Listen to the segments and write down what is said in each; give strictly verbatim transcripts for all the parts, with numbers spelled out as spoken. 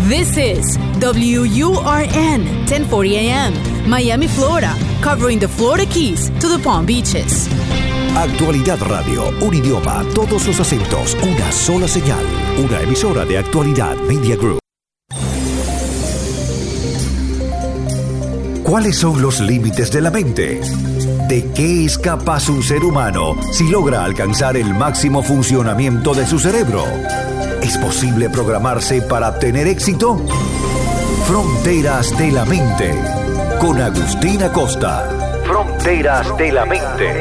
This is W U R N ten forty A M, Miami, Florida, covering the Florida Keys to the Palm Beaches. Actualidad Radio, un idioma, todos los acentos, una sola señal. Una emisora de Actualidad Media Group. ¿Cuáles son los límites de la mente? ¿De qué es capaz un ser humano si logra alcanzar el máximo funcionamiento de su cerebro? ¿Es posible programarse para tener éxito? Fronteras de la Mente, con Agustín Acosta. Fronteras de la Mente.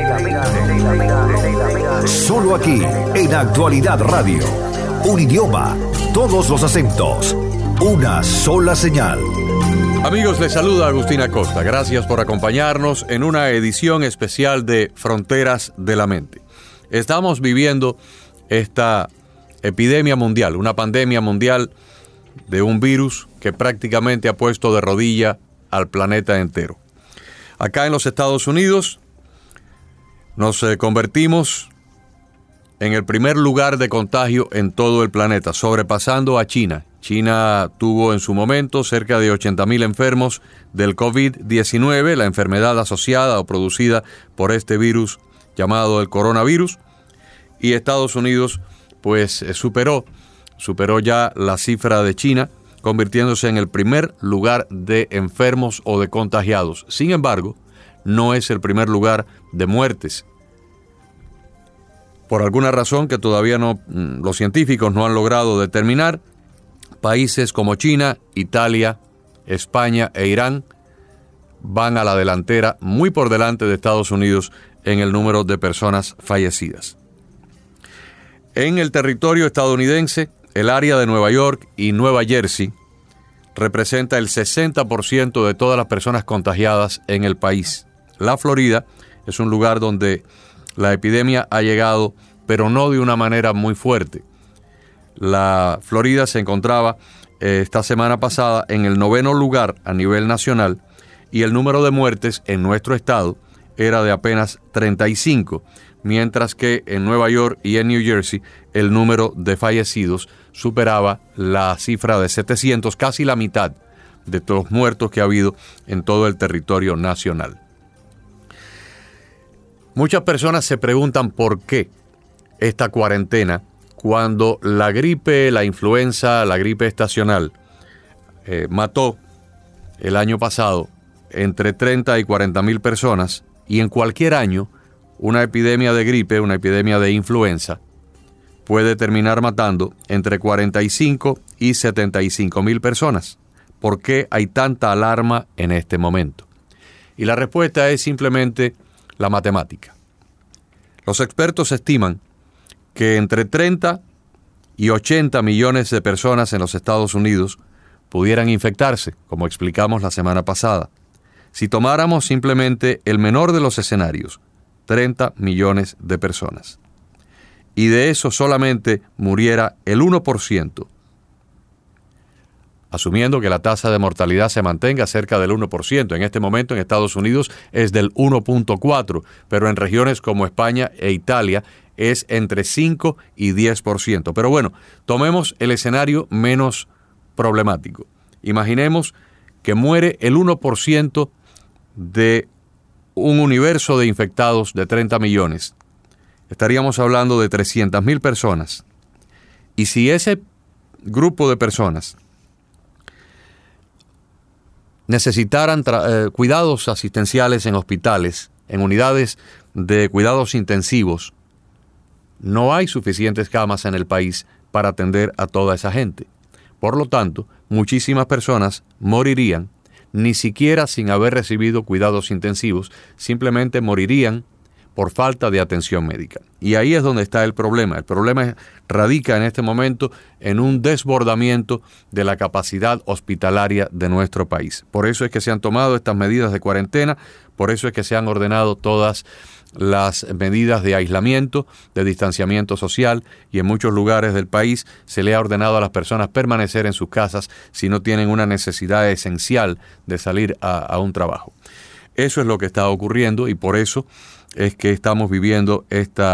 Solo aquí, en Actualidad Radio. Un idioma, todos los acentos, una sola señal. Amigos, les saluda Agustín Acosta. Gracias por acompañarnos en una edición especial de Fronteras de la Mente. Estamos viviendo esta epidemia mundial, una pandemia mundial de un virus que prácticamente ha puesto de rodilla al planeta entero. Acá en los Estados Unidos nos eh, convertimos en el primer lugar de contagio en todo el planeta, sobrepasando a China. China tuvo en su momento cerca de ochenta mil enfermos del COVID diecinueve, la enfermedad asociada o producida por este virus llamado el coronavirus, y Estados Unidos pues superó, superó ya la cifra de China, convirtiéndose en el primer lugar de enfermos o de contagiados. Sin embargo, no es el primer lugar de muertes. Por alguna razón que todavía no, los científicos no han logrado determinar, países como China, Italia, España e Irán van a la delantera, muy por delante de Estados Unidos en el número de personas fallecidas. En el territorio estadounidense, el área de Nueva York y Nueva Jersey representa el sesenta por ciento de todas las personas contagiadas en el país. La Florida es un lugar donde la epidemia ha llegado, pero no de una manera muy fuerte. La Florida se encontraba eh, esta semana pasada en el noveno lugar a nivel nacional y el número de muertes en nuestro estado era de apenas treinta y cinco, mientras que en Nueva York y en New Jersey el número de fallecidos superaba la cifra de setecientos, casi la mitad de todos los muertos que ha habido en todo el territorio nacional. Muchas personas se preguntan por qué esta cuarentena, cuando la gripe, la influenza, la gripe estacional eh, mató el año pasado entre treinta y cuarenta mil personas, y en cualquier año una epidemia de gripe, una epidemia de influenza, puede terminar matando entre cuarenta y cinco y setenta y cinco mil personas. ¿Por qué hay tanta alarma en este momento? Y la respuesta es simplemente la matemática. Los expertos estiman que entre treinta y ochenta millones de personas en los Estados Unidos pudieran infectarse, como explicamos la semana pasada. Si tomáramos simplemente el menor de los escenarios, treinta millones de personas, y de eso solamente muriera el uno por ciento, asumiendo que la tasa de mortalidad se mantenga cerca del uno por ciento. En este momento en Estados Unidos es del uno punto cuatro, pero en regiones como España e Italia es entre cinco y diez por ciento. Pero bueno, tomemos el escenario menos problemático. Imaginemos que muere el uno por ciento de un universo de infectados de treinta millones. Estaríamos hablando de trescientas mil personas. Y si ese grupo de personas necesitaran tra- eh, cuidados asistenciales en hospitales, en unidades de cuidados intensivos, no hay suficientes camas en el país para atender a toda esa gente. Por lo tanto, muchísimas personas morirían, ni siquiera sin haber recibido cuidados intensivos, simplemente morirían por falta de atención médica. Y ahí es donde está el problema. El problema radica en este momento en un desbordamiento de la capacidad hospitalaria de nuestro país. Por eso es que se han tomado estas medidas de cuarentena, por eso es que se han ordenado todas las medidas de aislamiento, de distanciamiento social, y en muchos lugares del país se le ha ordenado a las personas permanecer en sus casas si no tienen una necesidad esencial de salir a, a un trabajo. Eso es lo que está ocurriendo y por eso es que estamos viviendo esta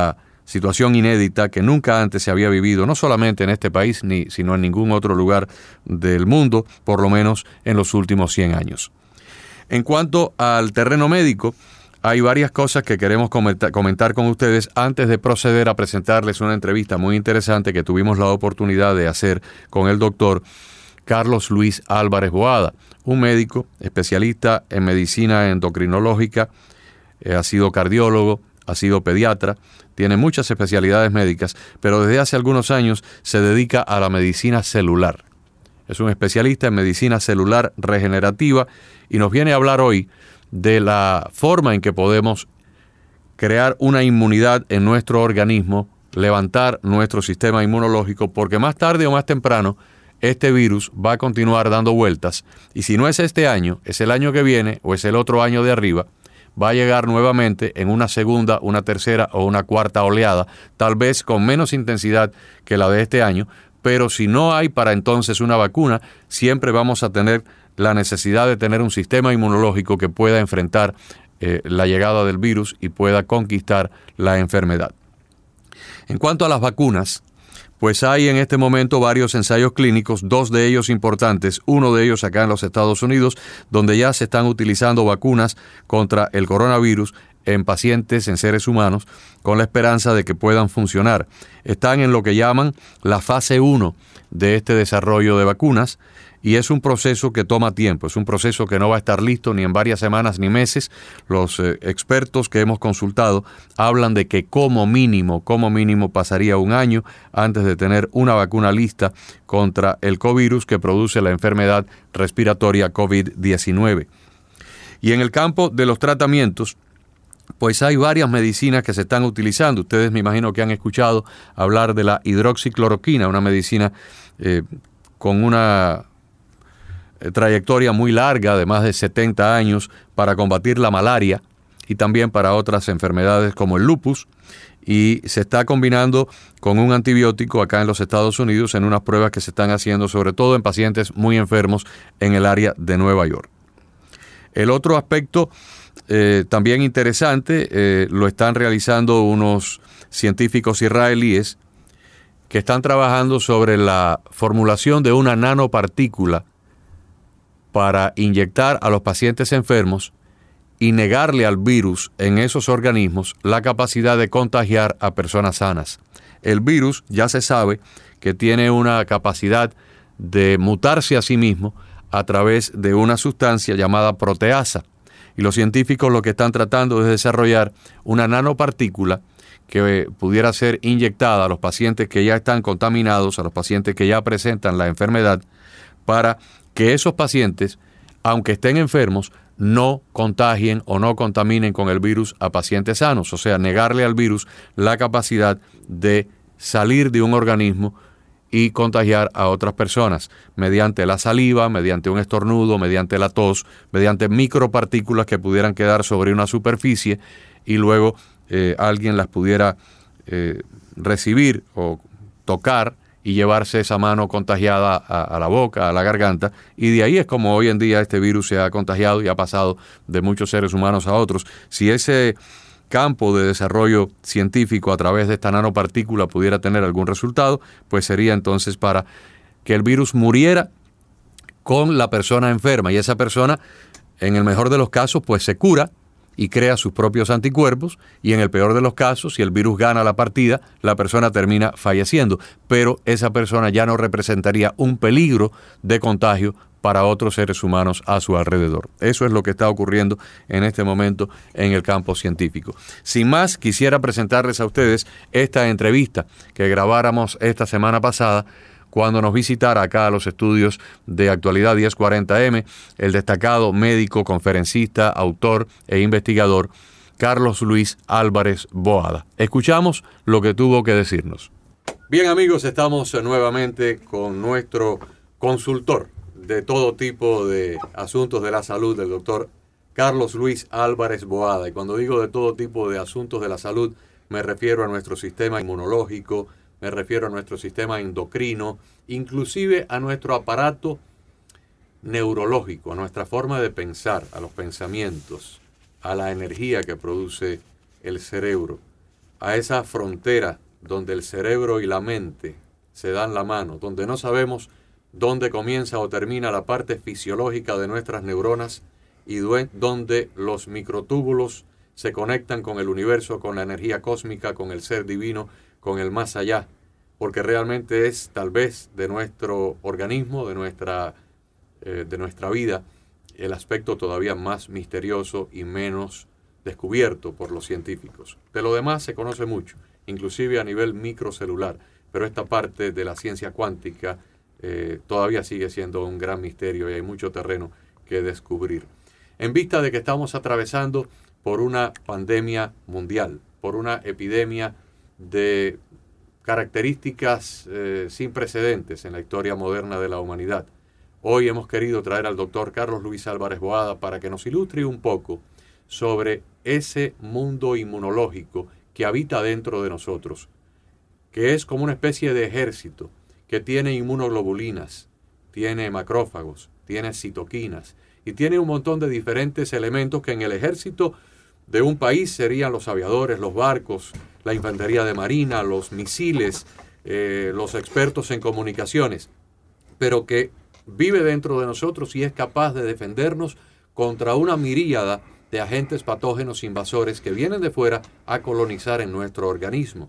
situación inédita que nunca antes se había vivido, no solamente en este país, ni, sino en ningún otro lugar del mundo, por lo menos en los últimos cien años. En cuanto al terreno médico, hay varias cosas que queremos comentar, comentar con ustedes antes de proceder a presentarles una entrevista muy interesante que tuvimos la oportunidad de hacer con el doctor Carlos Luis Álvarez Boada, un médico especialista en medicina endocrinológica, eh, ha sido cardiólogo, ha sido pediatra, tiene muchas especialidades médicas, pero desde hace algunos años se dedica a la medicina celular. Es un especialista en medicina celular regenerativa y nos viene a hablar hoy de la forma en que podemos crear una inmunidad en nuestro organismo, levantar nuestro sistema inmunológico, porque más tarde o más temprano este virus va a continuar dando vueltas, y si no es este año, es el año que viene o es el otro año de arriba, va a llegar nuevamente en una segunda, una tercera o una cuarta oleada, tal vez con menos intensidad que la de este año, pero si no hay para entonces una vacuna, siempre vamos a tener la necesidad de tener un sistema inmunológico que pueda enfrentar eh, la llegada del virus y pueda conquistar la enfermedad. En cuanto a las vacunas, pues hay en este momento varios ensayos clínicos, dos de ellos importantes, uno de ellos acá en los Estados Unidos, donde ya se están utilizando vacunas contra el coronavirus en pacientes, en seres humanos, con la esperanza de que puedan funcionar. Están en lo que llaman la fase uno de este desarrollo de vacunas, y es un proceso que toma tiempo, es un proceso que no va a estar listo ni en varias semanas ni meses. Los eh, expertos que hemos consultado hablan de que como mínimo, como mínimo pasaría un año antes de tener una vacuna lista contra el covirus que produce la enfermedad respiratoria COVID diecinueve. Y en el campo de los tratamientos, pues hay varias medicinas que se están utilizando. Ustedes me imagino que han escuchado hablar de la hidroxicloroquina, una medicina eh, con una trayectoria muy larga de más de setenta años para combatir la malaria y también para otras enfermedades como el lupus, y se está combinando con un antibiótico acá en los Estados Unidos en unas pruebas que se están haciendo sobre todo en pacientes muy enfermos en el área de Nueva York. El otro aspecto eh, también interesante eh, lo están realizando unos científicos israelíes que están trabajando sobre la formulación de una nanopartícula para inyectar a los pacientes enfermos y negarle al virus en esos organismos la capacidad de contagiar a personas sanas. El virus ya se sabe que tiene una capacidad de mutarse a sí mismo a través de una sustancia llamada proteasa, y los científicos lo que están tratando es desarrollar una nanopartícula que pudiera ser inyectada a los pacientes que ya están contaminados, a los pacientes que ya presentan la enfermedad, para que esos pacientes, aunque estén enfermos, no contagien o no contaminen con el virus a pacientes sanos, o sea, negarle al virus la capacidad de salir de un organismo y contagiar a otras personas mediante la saliva, mediante un estornudo, mediante la tos, mediante micropartículas que pudieran quedar sobre una superficie y luego eh, alguien las pudiera eh, recibir o tocar y llevarse esa mano contagiada a, a la boca, a la garganta, y de ahí es como hoy en día este virus se ha contagiado y ha pasado de muchos seres humanos a otros. Si ese campo de desarrollo científico a través de esta nanopartícula pudiera tener algún resultado, pues sería entonces para que el virus muriera con la persona enferma, y esa persona, en el mejor de los casos, pues se cura y crea sus propios anticuerpos, y en el peor de los casos, si el virus gana la partida, la persona termina falleciendo, pero esa persona ya no representaría un peligro de contagio para otros seres humanos a su alrededor. Eso es lo que está ocurriendo en este momento en el campo científico. Sin más, quisiera presentarles a ustedes esta entrevista que grabáramos esta semana pasada cuando nos visitara acá a los estudios de Actualidad diez cuarenta eme el destacado médico, conferencista, autor e investigador Carlos Luis Álvarez Boada. Escuchamos lo que tuvo que decirnos. Bien, amigos, estamos nuevamente con nuestro consultor de todo tipo de asuntos de la salud, el doctor Carlos Luis Álvarez Boada. Y cuando digo de todo tipo de asuntos de la salud, me refiero a nuestro sistema inmunológico, me refiero a nuestro sistema endocrino, inclusive a nuestro aparato neurológico, a nuestra forma de pensar, a los pensamientos, a la energía que produce el cerebro, a esa frontera donde el cerebro y la mente se dan la mano, donde no sabemos dónde comienza o termina la parte fisiológica de nuestras neuronas y donde los microtúbulos se conectan con el universo, con la energía cósmica, con el ser divino, con el más allá, porque realmente es tal vez de nuestro organismo, de nuestra, eh, de nuestra vida, el aspecto todavía más misterioso y menos descubierto por los científicos. De lo demás se conoce mucho, inclusive a nivel microcelular, pero esta parte de la ciencia cuántica eh, todavía sigue siendo un gran misterio y hay mucho terreno que descubrir. En vista de que estamos atravesando por una pandemia mundial, por una epidemia de características eh, sin precedentes en la historia moderna de la humanidad, hoy hemos querido traer al doctor Carlos Luis Álvarez Boada para que nos ilustre un poco sobre ese mundo inmunológico que habita dentro de nosotros, que es como una especie de ejército que tiene inmunoglobulinas, tiene macrófagos, tiene citoquinas y tiene un montón de diferentes elementos que en el ejército de un país serían los aviadores, los barcos, la infantería de marina, los misiles, eh, los expertos en comunicaciones, pero que vive dentro de nosotros y es capaz de defendernos contra una miríada de agentes patógenos invasores que vienen de fuera a colonizar en nuestro organismo.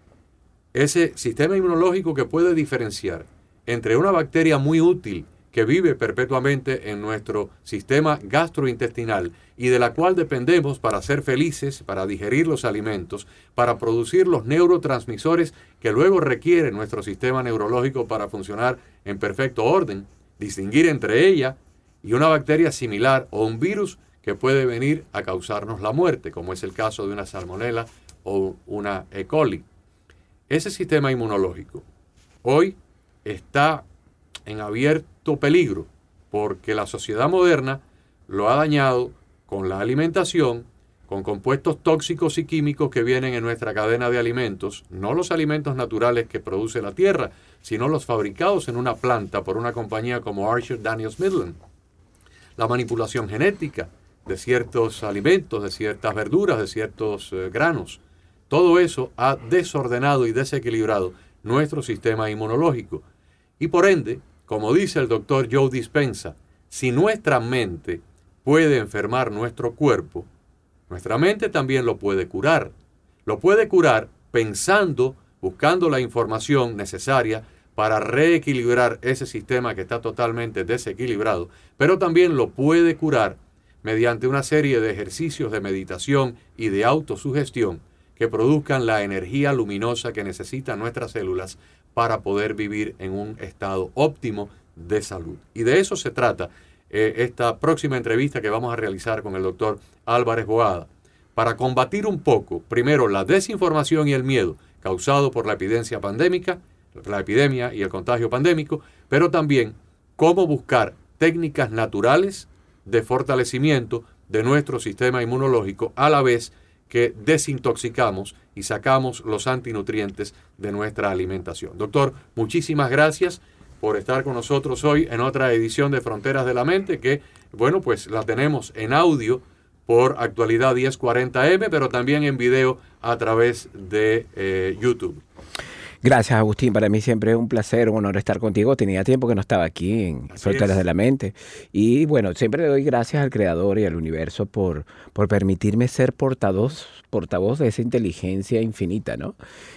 Ese sistema inmunológico que puede diferenciar entre una bacteria muy útil que vive perpetuamente en nuestro sistema gastrointestinal y de la cual dependemos para ser felices, para digerir los alimentos, para producir los neurotransmisores que luego requiere nuestro sistema neurológico para funcionar en perfecto orden, distinguir entre ella y una bacteria similar o un virus que puede venir a causarnos la muerte, como es el caso de una salmonela o una E. coli. Ese sistema inmunológico hoy está en abierto peligro porque la sociedad moderna lo ha dañado con la alimentación, con compuestos tóxicos y químicos que vienen en nuestra cadena de alimentos, no los alimentos naturales que produce la tierra, sino los fabricados en una planta por una compañía como Archer Daniels Midland. La manipulación genética de ciertos alimentos, de ciertas verduras, de ciertos eh, granos. Todo eso ha desordenado y desequilibrado nuestro sistema inmunológico. Y por ende, como dice el doctor Joe Dispenza, si nuestra mente puede enfermar nuestro cuerpo, nuestra mente también lo puede curar. Lo puede curar pensando, buscando la información necesaria para reequilibrar ese sistema que está totalmente desequilibrado, pero también lo puede curar mediante una serie de ejercicios de meditación y de autosugestión que produzcan la energía luminosa que necesitan nuestras células para poder vivir en un estado óptimo de salud. Y de eso se trata eh, esta próxima entrevista que vamos a realizar con el doctor Álvarez Boada, para combatir un poco, primero, la desinformación y el miedo causado por la epidemia pandémica, la epidemia y el contagio pandémico, pero también cómo buscar técnicas naturales de fortalecimiento de nuestro sistema inmunológico a la vez que desintoxicamos y sacamos los antinutrientes de nuestra alimentación. Doctor, muchísimas gracias por estar con nosotros hoy en otra edición de Fronteras de la Mente, que, bueno, pues la tenemos en audio por Actualidad diez cuarenta eme, pero también en video a través de eh, YouTube. Gracias, Agustín. Para mí siempre es un placer, un honor estar contigo. Tenía tiempo que no estaba aquí en Así Fronteras es. de la Mente. Y bueno, siempre le doy gracias al Creador y al universo por, por permitirme ser portavoz, portavoz de esa inteligencia infinita, ¿no?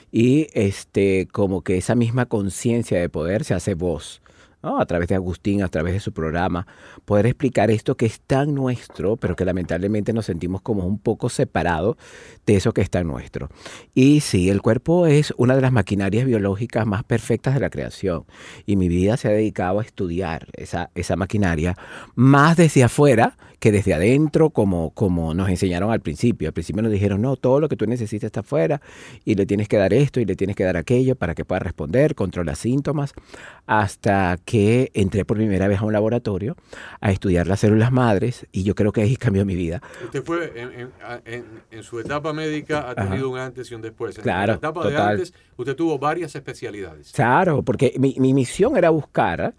Y este, como que esa misma conciencia de poder se hace voz, ¿no? A través de Agustín, a través de su programa, poder explicar esto que es tan nuestro, pero que lamentablemente nos sentimos como un poco separados de eso que es tan nuestro. Y sí, el cuerpo es una de las maquinarias biológicas más perfectas de la creación. Y mi vida se ha dedicado a estudiar esa, esa maquinaria más desde afuera que desde adentro, como, como nos enseñaron al principio. Al principio nos dijeron, no, todo lo que tú necesitas está afuera y le tienes que dar esto y le tienes que dar aquello para que pueda responder, controla síntomas, hasta que entré por primera vez a un laboratorio a estudiar las células madres y yo creo que ahí cambió mi vida. Usted fue, en, en, en, en su etapa médica ha tenido Ajá. un antes y un después. En claro, la etapa total. de antes usted tuvo varias especialidades. Claro, porque mi, mi misión era buscar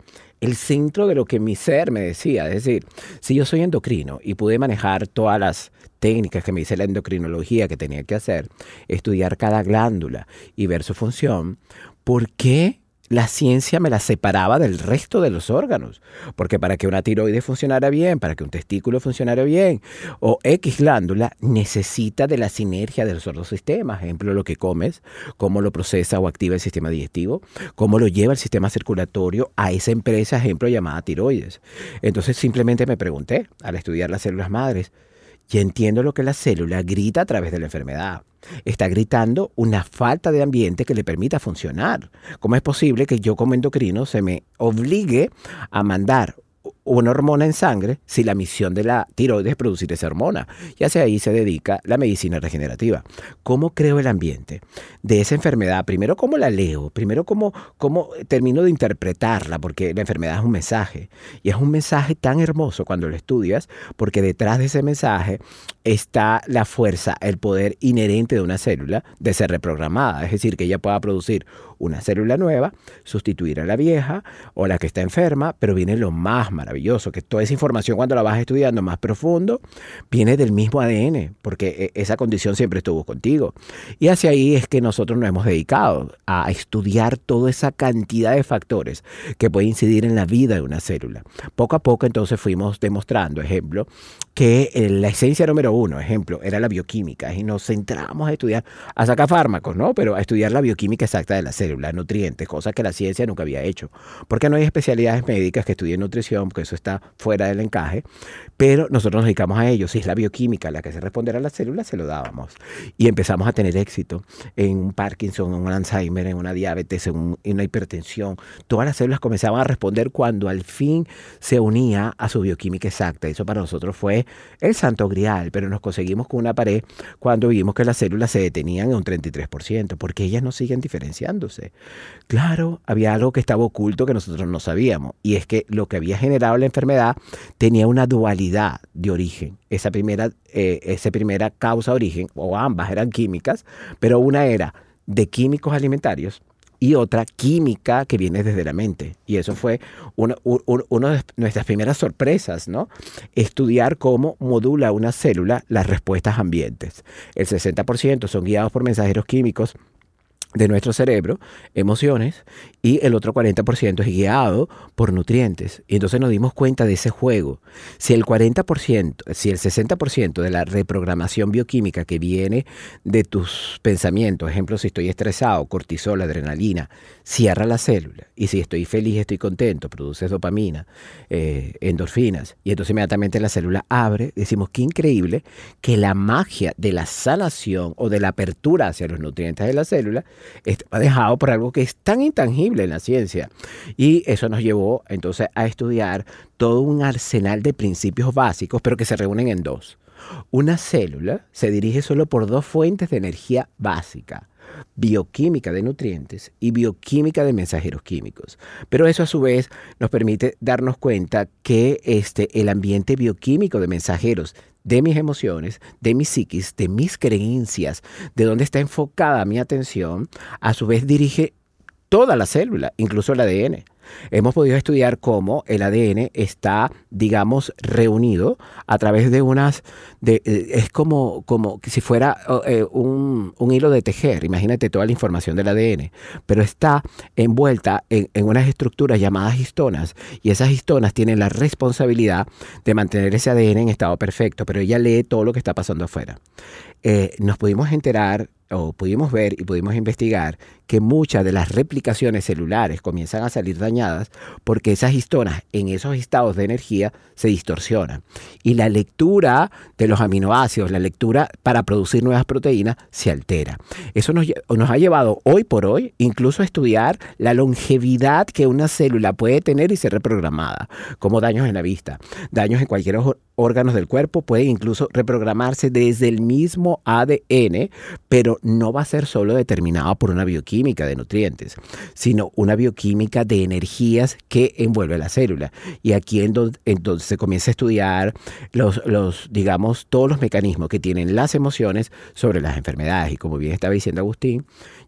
el centro de lo que mi ser me decía. Es decir, si yo soy endocrino y pude manejar todas las técnicas que me dice la endocrinología que tenía que hacer, estudiar cada glándula y ver su función, ¿por qué la ciencia me la separaba del resto de los órganos? Porque para que una tiroides funcionara bien, para que un testículo funcionara bien, o X glándula, necesita de la sinergia de los otros sistemas. Ejemplo, lo que comes, cómo lo procesa o activa el sistema digestivo, cómo lo lleva el sistema circulatorio a esa empresa, ejemplo, llamada tiroides. Entonces simplemente me pregunté, al estudiar las células madres, y entiendo lo que la célula grita a través de la enfermedad. Está gritando una falta de ambiente que le permita funcionar. ¿Cómo es posible que yo como endocrino se me obligue a mandar una hormona en sangre si la misión de la tiroides es producir esa hormona? Y hacia ahí se dedica la medicina regenerativa. ¿Cómo creo el ambiente de esa enfermedad? Primero, ¿cómo la leo? Primero, ¿cómo, cómo termino de interpretarla? Porque la enfermedad es un mensaje. Y es un mensaje tan hermoso cuando lo estudias, porque detrás de ese mensaje está la fuerza, el poder inherente de una célula de ser reprogramada. Es decir, que ella pueda producir una célula nueva, sustituir a la vieja o la que está enferma, pero viene lo más maravilloso, que toda esa información cuando la vas estudiando más profundo, viene del mismo A D N, porque esa condición siempre estuvo contigo. Y hacia ahí es que nosotros nos hemos dedicado a estudiar toda esa cantidad de factores que pueden incidir en la vida de una célula. Poco a poco entonces fuimos demostrando, ejemplo, que la esencia número uno, ejemplo, era la bioquímica, y nos centramos a estudiar, a sacar fármacos, ¿no? Pero a estudiar la bioquímica exacta de la célula, nutrientes, cosas que la ciencia nunca había hecho. Porque no hay especialidades médicas que estudien nutrición, porque eso está fuera del encaje, pero nosotros nos dedicamos a ello. Si es la bioquímica la que se responderá a la célula, se lo dábamos. Y empezamos a tener éxito en un Parkinson, en un Alzheimer, en una diabetes, en, un, en una hipertensión. Todas las células comenzaban a responder cuando al fin se unía a su bioquímica exacta. Eso para nosotros fue el santo grial, pero nos conseguimos con una pared cuando vimos que las células se detenían en un treinta y tres por ciento, porque ellas no siguen diferenciándose. Claro, había algo que estaba oculto que nosotros no sabíamos, y es que lo que había generado la enfermedad tenía una dualidad de origen. Esa primera, eh, esa primera causa-origen, o ambas eran químicas, pero una era de químicos alimentarios y otra química que viene desde la mente. Y eso fue una un, una de nuestras primeras sorpresas, ¿no? Estudiar cómo modula una célula las respuestas ambientes. El sesenta por ciento son guiados por mensajeros químicos de nuestro cerebro, emociones, y el otro cuarenta por ciento es guiado por nutrientes. Y entonces nos dimos cuenta de ese juego. Si el cuarenta por ciento, si el sesenta por ciento de la reprogramación bioquímica que viene de tus pensamientos, ejemplo, si estoy estresado, cortisol, adrenalina, cierra la célula, y si estoy feliz, estoy contento, produces dopamina, eh, endorfinas, y entonces inmediatamente la célula abre, decimos, qué increíble que la magia de la sanación o de la apertura hacia los nutrientes de la célula está dejado por algo que es tan intangible en la ciencia. Y eso nos llevó entonces a estudiar todo un arsenal de principios básicos, pero que se reúnen en dos. Una célula se dirige solo por dos fuentes de energía básica: bioquímica de nutrientes y bioquímica de mensajeros químicos. Pero eso a su vez nos permite darnos cuenta que este, el ambiente bioquímico de mensajeros de mis emociones, de mi psiquis, de mis creencias, de dónde está enfocada mi atención, a su vez dirige toda la célula, incluso el A D N. Hemos podido estudiar cómo el A D N está, digamos, reunido a través de unas... De, es como, como si fuera eh, un, un hilo de tejer. Imagínate toda la información del A D N. Pero está envuelta en, en unas estructuras llamadas histonas. Y esas histonas tienen la responsabilidad de mantener ese A D N en estado perfecto. Pero ella lee todo lo que está pasando afuera. Eh, nos pudimos enterar, o pudimos ver y pudimos investigar que muchas de las replicaciones celulares comienzan a salir dañadas porque esas histonas en esos estados de energía se distorsionan. Y la lectura de los aminoácidos, la lectura para producir nuevas proteínas se altera. Eso nos, nos ha llevado hoy por hoy incluso a estudiar la longevidad que una célula puede tener y ser reprogramada, como daños en la vista, daños en cualquier órganos del cuerpo, pueden incluso reprogramarse desde el mismo A D N, pero no va a ser solo determinado por una bioquímica de nutrientes, sino una bioquímica de energías que envuelve la célula. Y aquí entonces se comienza a estudiar los, los, digamos, todos los mecanismos que tienen las emociones sobre las enfermedades. Y como bien estaba diciendo Agustín,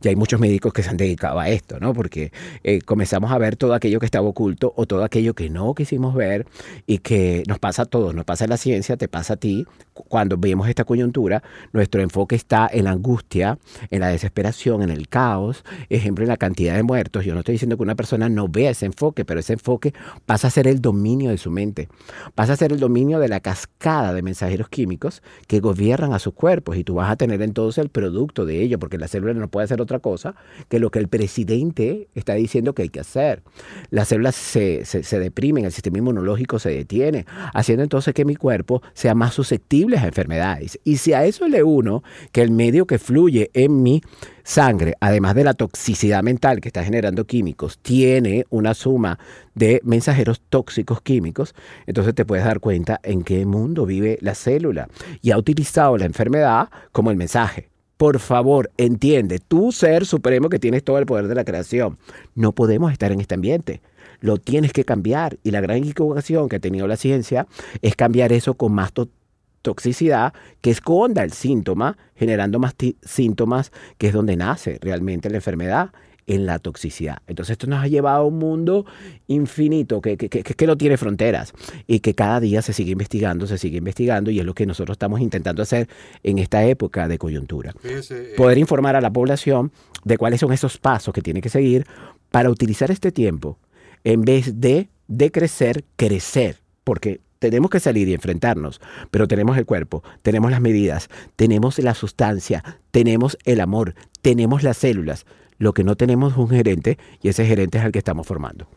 Y hay muchos médicos que se han dedicado a esto, ¿no? Porque eh, comenzamos a ver todo aquello que estaba oculto o todo aquello que no quisimos ver y que nos pasa a todos, nos pasa en la ciencia, te pasa a ti. Cuando vemos esta coyuntura, nuestro enfoque está en la angustia, en la desesperación, en el caos, ejemplo, en la cantidad de muertos. Yo no estoy diciendo que una persona no vea ese enfoque, pero ese enfoque pasa a ser el dominio de su mente, pasa a ser el dominio de la cascada de mensajeros químicos que gobiernan a sus cuerpos y tú vas a tener entonces el producto de ello, porque la célula no puede hacer otra cosa que lo que el presidente está diciendo que hay que hacer. Las células se, se, se deprimen, el sistema inmunológico se detiene, haciendo entonces que mi cuerpo sea más susceptible a enfermedades. Y si a eso le uno que el medio que fluye en mi sangre, además de la toxicidad mental que está generando químicos, tiene una suma de mensajeros tóxicos químicos, entonces te puedes dar cuenta en qué mundo vive la célula. Y ha utilizado la enfermedad como el mensaje. Por favor, entiende, tú ser supremo que tienes todo el poder de la creación, no podemos estar en este ambiente. Lo tienes que cambiar. Y la gran equivocación que ha tenido la ciencia es cambiar eso con más to- toxicidad que esconda el síntoma, generando más t- síntomas, que es donde nace realmente la enfermedad, en la toxicidad. Entonces esto nos ha llevado a un mundo infinito que, que, que, que no tiene fronteras y que cada día se sigue investigando, se sigue investigando y es lo que nosotros estamos intentando hacer en esta época de coyuntura. Fíjese, eh, Poder informar a la población de cuáles son esos pasos que tiene que seguir para utilizar este tiempo en vez de decrecer, crecer, porque tenemos que salir y enfrentarnos, pero tenemos el cuerpo, tenemos las medidas, tenemos la sustancia, tenemos el amor, tenemos las células. Lo que no tenemos es un gerente y ese gerente es el que estamos formando.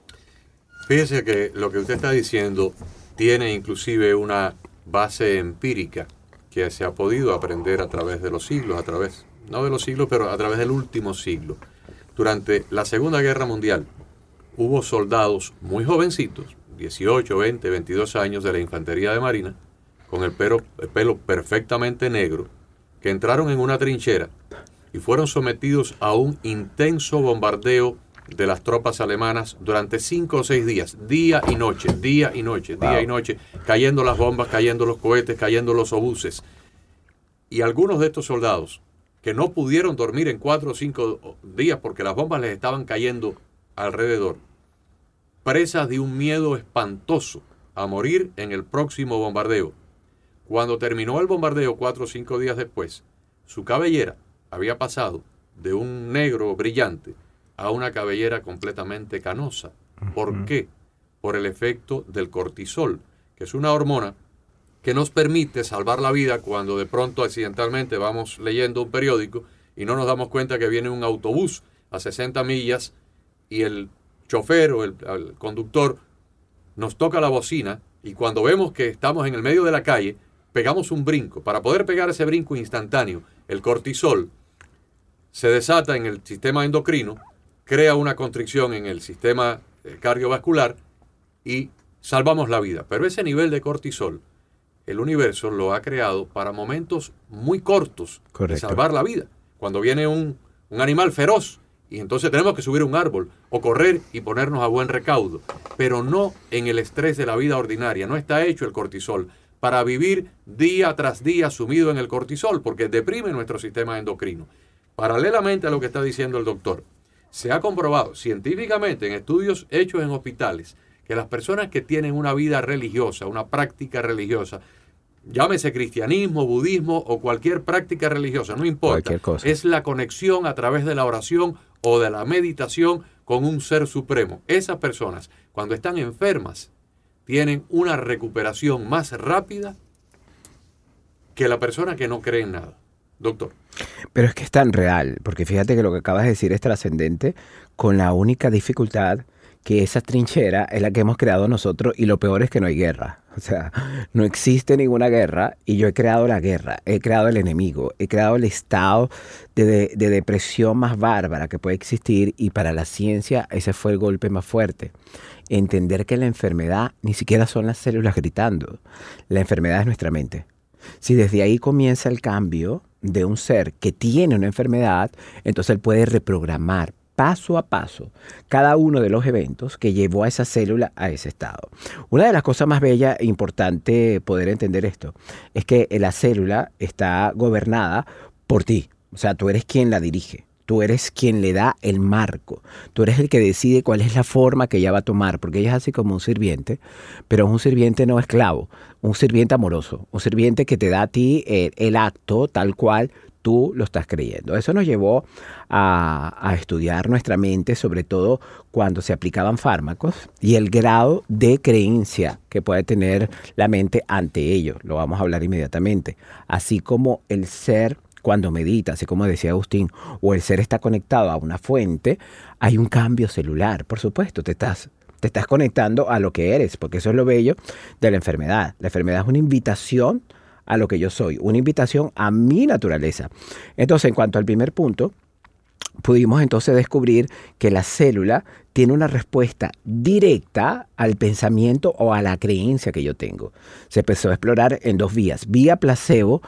Fíjese que lo que usted está diciendo tiene inclusive una base empírica que se ha podido aprender a través de los siglos, a través, no de los siglos, pero a través del último siglo. Durante la Segunda Guerra Mundial hubo soldados muy jovencitos, dieciocho, veinte, veintidós años de la Infantería de Marina, con el pelo, el pelo perfectamente negro, que entraron en una trinchera y fueron sometidos a un intenso bombardeo de las tropas alemanas durante cinco o seis días, día y noche, día y noche, día wow. y noche, cayendo las bombas, cayendo los cohetes, cayendo los obuses. Y algunos de estos soldados que no pudieron dormir en cuatro o cinco días porque las bombas les estaban cayendo alrededor, presas de un miedo espantoso a morir en el próximo bombardeo. Cuando terminó el bombardeo cuatro o cinco días después, su cabellera había pasado de un negro brillante a una cabellera completamente canosa. ¿Por qué? Por el efecto del cortisol, que es una hormona que nos permite salvar la vida cuando de pronto accidentalmente vamos leyendo un periódico y no nos damos cuenta que viene un autobús a sesenta millas y el chofer o el, el conductor nos toca la bocina y cuando vemos que estamos en el medio de la calle, pegamos un brinco. Para poder pegar ese brinco instantáneo, el cortisol se desata en el sistema endocrino, crea una constricción en el sistema cardiovascular y salvamos la vida. Pero ese nivel de cortisol, el universo lo ha creado para momentos muy cortos. Correcto. De salvar la vida. Cuando viene un, un animal feroz y entonces tenemos que subir un árbol o correr y ponernos a buen recaudo, pero no en el estrés de la vida ordinaria. No está hecho el cortisol para vivir día tras día sumido en el cortisol, porque deprime nuestro sistema endocrino. Paralelamente a lo que está diciendo el doctor, se ha comprobado científicamente en estudios hechos en hospitales que las personas que tienen una vida religiosa, una práctica religiosa, llámese cristianismo, budismo o cualquier práctica religiosa, no importa, es la conexión a través de la oración o de la meditación con un ser supremo. Esas personas, cuando están enfermas, tienen una recuperación más rápida que la persona que no cree en nada. Doctor. Pero es que es tan real, porque fíjate que lo que acabas de decir es trascendente, con la única dificultad que esa trinchera es la que hemos creado nosotros y lo peor es que no hay guerra. O sea, no existe ninguna guerra y yo he creado la guerra, he creado el enemigo, he creado el estado de, de, de depresión más bárbara que puede existir y para la ciencia ese fue el golpe más fuerte. Entender que la enfermedad ni siquiera son las células gritando, la enfermedad es nuestra mente. Si desde ahí comienza el cambio de un ser que tiene una enfermedad, entonces él puede reprogramar paso a paso cada uno de los eventos que llevó a esa célula a ese estado. Una de las cosas más bellas e importante poder entender esto es que la célula está gobernada por ti. O sea, tú eres quien la dirige. Tú eres quien le da el marco. Tú eres el que decide cuál es la forma que ella va a tomar, porque ella es así como un sirviente, pero un sirviente no esclavo, un sirviente amoroso, un sirviente que te da a ti el, el acto tal cual tú lo estás creyendo. Eso nos llevó a, a estudiar nuestra mente, sobre todo cuando se aplicaban fármacos y el grado de creencia que puede tener la mente ante ello. Lo vamos a hablar inmediatamente. Así como el ser, cuando medita, así como decía Agustín, o el ser está conectado a una fuente, hay un cambio celular. Por supuesto, te estás, te estás conectando a lo que eres, porque eso es lo bello de la enfermedad. La enfermedad es una invitación a lo que yo soy, una invitación a mi naturaleza. Entonces, en cuanto al primer punto, pudimos entonces descubrir que la célula tiene una respuesta directa al pensamiento o a la creencia que yo tengo. Se empezó a explorar en dos vías, vía placebo,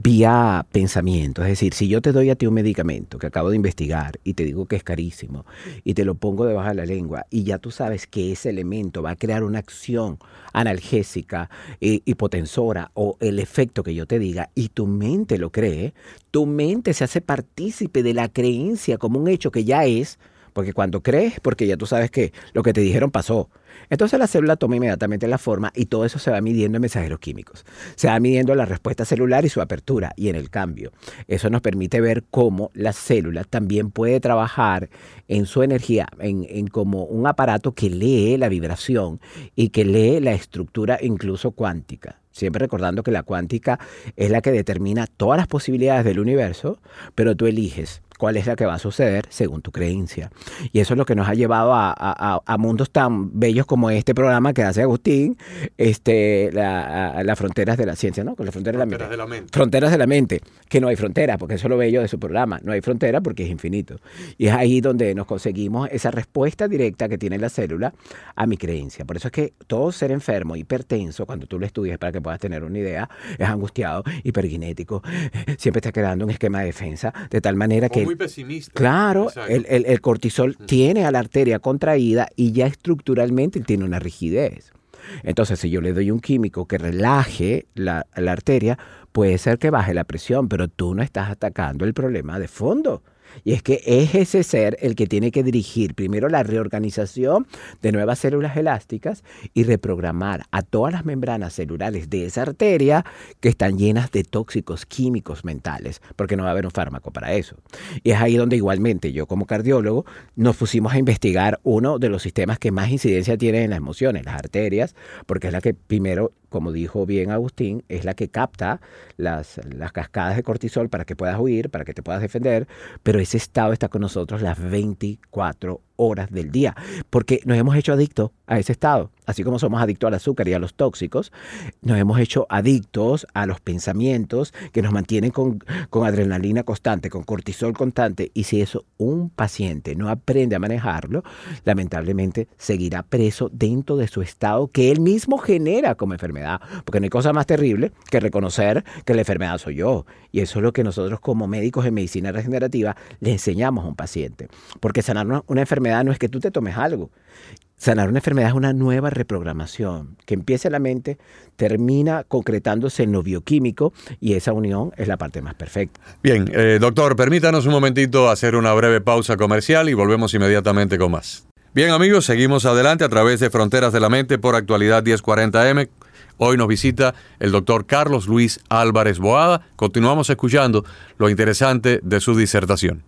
vía pensamiento. Es decir, si yo te doy a ti un medicamento que acabo de investigar y te digo que es carísimo y te lo pongo debajo de la lengua y ya tú sabes que ese elemento va a crear una acción analgésica, eh, hipotensora o el efecto que yo te diga y tu mente lo cree, tu mente se hace partícipe de la creencia como un hecho que ya es. Porque cuando crees, porque ya tú sabes que lo que te dijeron pasó. Entonces la célula toma inmediatamente la forma y todo eso se va midiendo en mensajeros químicos. Se va midiendo la respuesta celular y su apertura y en el cambio. Eso nos permite ver cómo la célula también puede trabajar en su energía, en, en como un aparato que lee la vibración y que lee la estructura incluso cuántica. Siempre recordando que la cuántica es la que determina todas las posibilidades del universo, pero tú eliges cuál es la que va a suceder según tu creencia. Y eso es lo que nos ha llevado a, a, a mundos tan bellos como este programa que hace Agustín, este, la, a, las fronteras de la ciencia, ¿no? Con las fronteras, fronteras de la mente. de la mente. Fronteras de la mente, que no hay fronteras, porque eso es lo bello de su programa. No hay frontera porque es infinito. Y es ahí donde nos conseguimos esa respuesta directa que tiene la célula a mi creencia. Por eso es que todo ser enfermo, hipertenso, cuando tú lo estudias para que puedas tener una idea, es angustiado, hiperguinético, siempre está creando un esquema de defensa, de tal manera que... muy pesimista. Claro, el, el, el cortisol uh-huh. tiene a la arteria contraída y ya estructuralmente tiene una rigidez. Entonces, si yo le doy un químico que relaje la, la arteria, puede ser que baje la presión, pero tú no estás atacando el problema de fondo. Y es que es ese ser el que tiene que dirigir primero la reorganización de nuevas células elásticas y reprogramar a todas las membranas celulares de esa arteria que están llenas de tóxicos químicos mentales, porque no va a haber un fármaco para eso. Y es ahí donde igualmente yo como cardiólogo nos pusimos a investigar uno de los sistemas que más incidencia tienen en las emociones, las arterias, porque es la que primero, como dijo bien Agustín, es la que capta las, las cascadas de cortisol para que puedas huir, para que te puedas defender, pero ese estado está con nosotros las veinticuatro horas del día, porque nos hemos hecho adictos a ese estado. Así como somos adictos al azúcar y a los tóxicos, nos hemos hecho adictos a los pensamientos que nos mantienen con, con adrenalina constante, con cortisol constante. Y si eso un paciente no aprende a manejarlo, lamentablemente seguirá preso dentro de su estado que él mismo genera como enfermedad. Porque no hay cosa más terrible que reconocer que la enfermedad soy yo. Y eso es lo que nosotros como médicos en medicina regenerativa le enseñamos a un paciente. Porque sanar una, una enfermedad no es que tú te tomes algo. Sanar una enfermedad es una nueva reprogramación que empieza en la mente, termina concretándose en lo bioquímico y esa unión es la parte más perfecta. Bien, eh, doctor, permítanos un momentito hacer una breve pausa comercial y volvemos inmediatamente con más. Bien, amigos, seguimos adelante a través de Fronteras de la Mente por Actualidad diez cuarenta eme. Hoy nos visita el doctor Carlos Luis Álvarez Boada. Continuamos escuchando lo interesante de su disertación.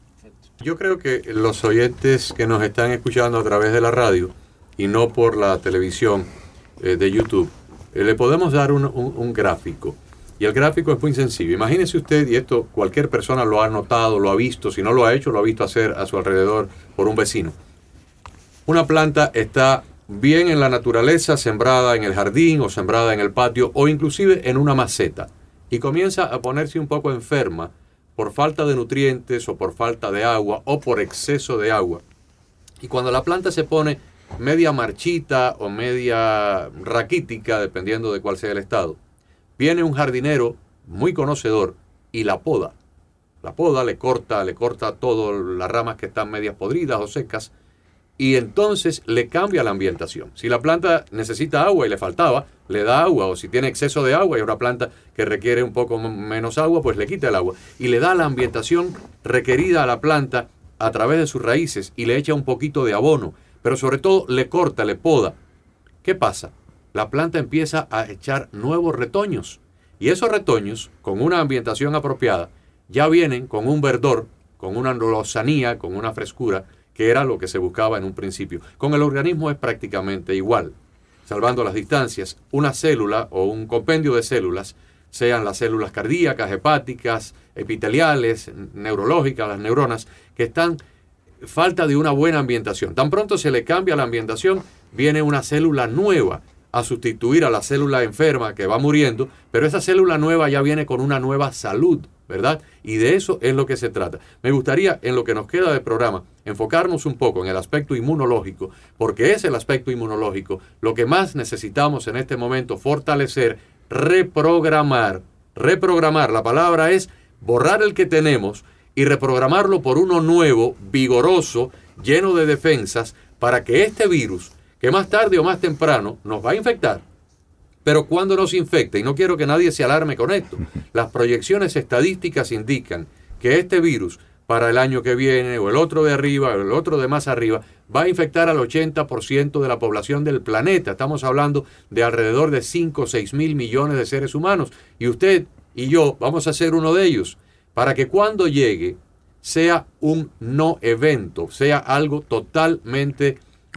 Yo creo que los oyentes que nos están escuchando a través de la radio y no por la televisión eh, de YouTube, eh, le podemos dar un, un, un gráfico. Y el gráfico es muy sencillo. Imagínese usted, y esto cualquier persona lo ha notado, lo ha visto, si no lo ha hecho, lo ha visto hacer a su alrededor por un vecino. Una planta está bien en la naturaleza, sembrada en el jardín o sembrada en el patio o inclusive en una maceta y comienza a ponerse un poco enferma por falta de nutrientes o por falta de agua o por exceso de agua. Y cuando la planta se pone media marchita o media raquítica, dependiendo de cuál sea el estado, viene un jardinero muy conocedor y la poda. La poda le corta, le corta todas las ramas que están medias podridas o secas y entonces le cambia la ambientación. Si la planta necesita agua y le faltaba, le da agua, o si tiene exceso de agua y una planta que requiere un poco menos agua, pues le quita el agua y le da la ambientación requerida a la planta a través de sus raíces y le echa un poquito de abono, pero sobre todo le corta, le poda. ¿Qué pasa? La planta empieza a echar nuevos retoños, y esos retoños, con una ambientación apropiada, ya vienen con un verdor, con una lozanía, con una frescura, que era lo que se buscaba en un principio. Con el organismo es prácticamente igual, salvando las distancias. Una célula o un compendio de células, sean las células cardíacas, hepáticas, epiteliales, neurológicas, las neuronas, que están falta de una buena ambientación. Tan pronto se le cambia la ambientación, viene una célula nueva a sustituir a la célula enferma que va muriendo, pero esa célula nueva ya viene con una nueva salud, ¿verdad? Y de eso es lo que se trata. Me gustaría, en lo que nos queda del programa, enfocarnos un poco en el aspecto inmunológico, porque es el aspecto inmunológico lo que más necesitamos en este momento fortalecer, reprogramar. Reprogramar, la palabra es borrar el que tenemos y reprogramarlo por uno nuevo, vigoroso, lleno de defensas, para que este virus, que más tarde o más temprano nos va a infectar, pero cuando nos infecte, y no quiero que nadie se alarme con esto, las proyecciones estadísticas indican que este virus para el año que viene, o el otro de arriba, o el otro de más arriba, va a infectar al ochenta por ciento de la población del planeta. Estamos hablando de alrededor de cinco o seis mil millones de seres humanos, y usted y yo vamos a ser uno de ellos, para que cuando llegue sea un no evento, sea algo totalmente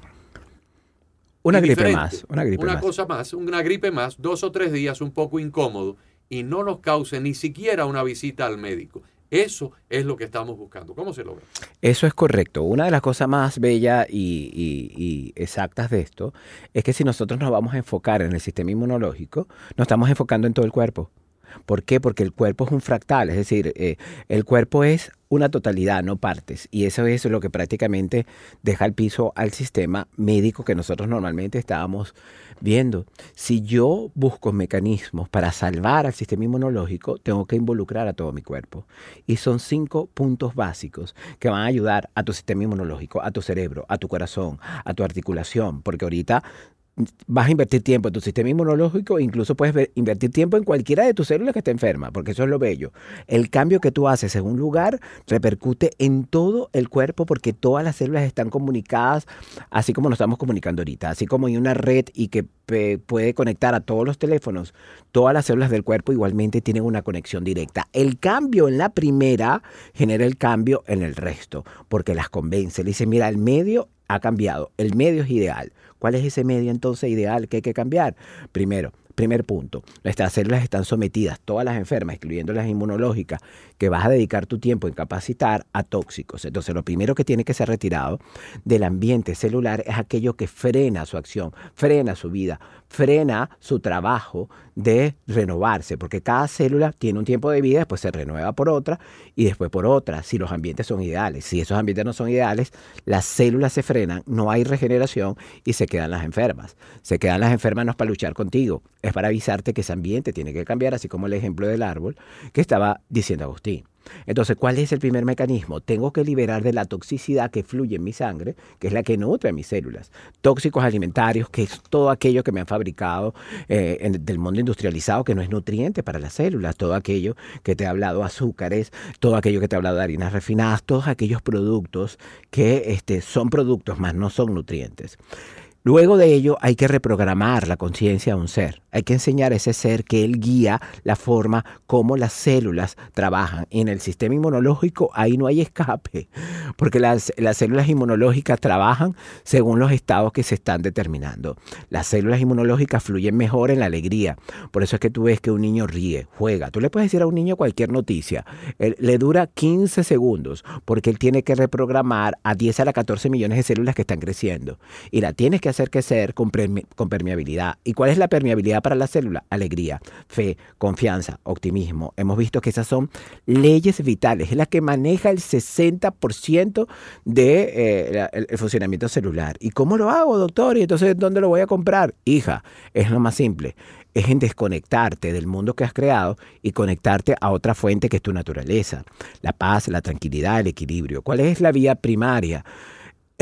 Una gripe diferente. más, una gripe una más. cosa más, una gripe más, dos o tres días un poco incómodo y no nos cause ni siquiera una visita al médico. Eso es lo que estamos buscando. ¿Cómo se logra? Eso es correcto. Una de las cosas más bellas y, y- y exactas de esto es que si nosotros nos vamos a enfocar en el sistema inmunológico, nos estamos enfocando en todo el cuerpo. ¿Por qué? Porque el cuerpo es un fractal, es decir, eh, el cuerpo es una totalidad, no partes. Y eso es lo que prácticamente deja el piso al sistema médico que nosotros normalmente estábamos viendo. Si yo busco mecanismos para salvar al sistema inmunológico, tengo que involucrar a todo mi cuerpo. Y son cinco puntos básicos que van a ayudar a tu sistema inmunológico, a tu cerebro, a tu corazón, a tu articulación, porque ahorita vas a invertir tiempo en tu sistema inmunológico, incluso puedes ver- invertir tiempo en cualquiera de tus células que esté enferma, porque eso es lo bello. El cambio que tú haces en un lugar repercute en todo el cuerpo, porque todas las células están comunicadas, así como nos estamos comunicando ahorita, así como hay una red y que pe- puede conectar a todos los teléfonos, todas las células del cuerpo igualmente tienen una conexión directa. El cambio en la primera genera el cambio en el resto, porque las convence. Le dice, mira, el medio ha cambiado, el medio es ideal. ¿Cuál es ese medio entonces ideal que hay que cambiar? Primero, primer punto, nuestras células están sometidas, todas las enfermas, incluyendo las inmunológicas, que vas a dedicar tu tiempo en capacitar a tóxicos. Entonces, lo primero que tiene que ser retirado del ambiente celular es aquello que frena su acción, frena su vida, frena su trabajo de renovarse, porque cada célula tiene un tiempo de vida, después se renueva por otra y después por otra, si los ambientes son ideales. Si esos ambientes no son ideales, las células se frenan, no hay regeneración y se quedan las enfermas. Se quedan las enfermas no es para luchar contigo, es para avisarte que ese ambiente tiene que cambiar, así como el ejemplo del árbol que estaba diciendo Agustín. Entonces, ¿cuál es el primer mecanismo? Tengo que liberar de la toxicidad que fluye en mi sangre, que es la que nutre a mis células. Tóxicos alimentarios, que es todo aquello que me han fabricado eh, en- del mundo industrializado, que no es nutriente para las células. Todo aquello que te he hablado, azúcares, todo aquello que te he hablado de harinas refinadas, todos aquellos productos que este, son productos, más no son nutrientes. Luego de ello hay que reprogramar la conciencia de un ser. Hay que enseñar a ese ser que él guía la forma como las células trabajan. Y en el sistema inmunológico ahí no hay escape, porque las, las células inmunológicas trabajan según los estados que se están determinando. Las células inmunológicas fluyen mejor en la alegría. Por eso es que tú ves que un niño ríe, juega. Tú le puedes decir a un niño cualquier noticia. Él, le dura quince segundos, porque él tiene que reprogramar a diez a la catorce millones de células que están creciendo. Y la tienes que hacer crecer con, perme- con permeabilidad. ¿Y cuál es la permeabilidad para la célula? Alegría, fe, confianza, optimismo. Hemos visto que esas son leyes vitales. Es la que maneja el sesenta por ciento del de, eh, el, el funcionamiento celular. ¿Y cómo lo hago, doctor? ¿Y entonces dónde lo voy a comprar? Hija, es lo más simple. Es en desconectarte del mundo que has creado y conectarte a otra fuente que es tu naturaleza. La paz, la tranquilidad, el equilibrio. ¿Cuál es la vía primaria?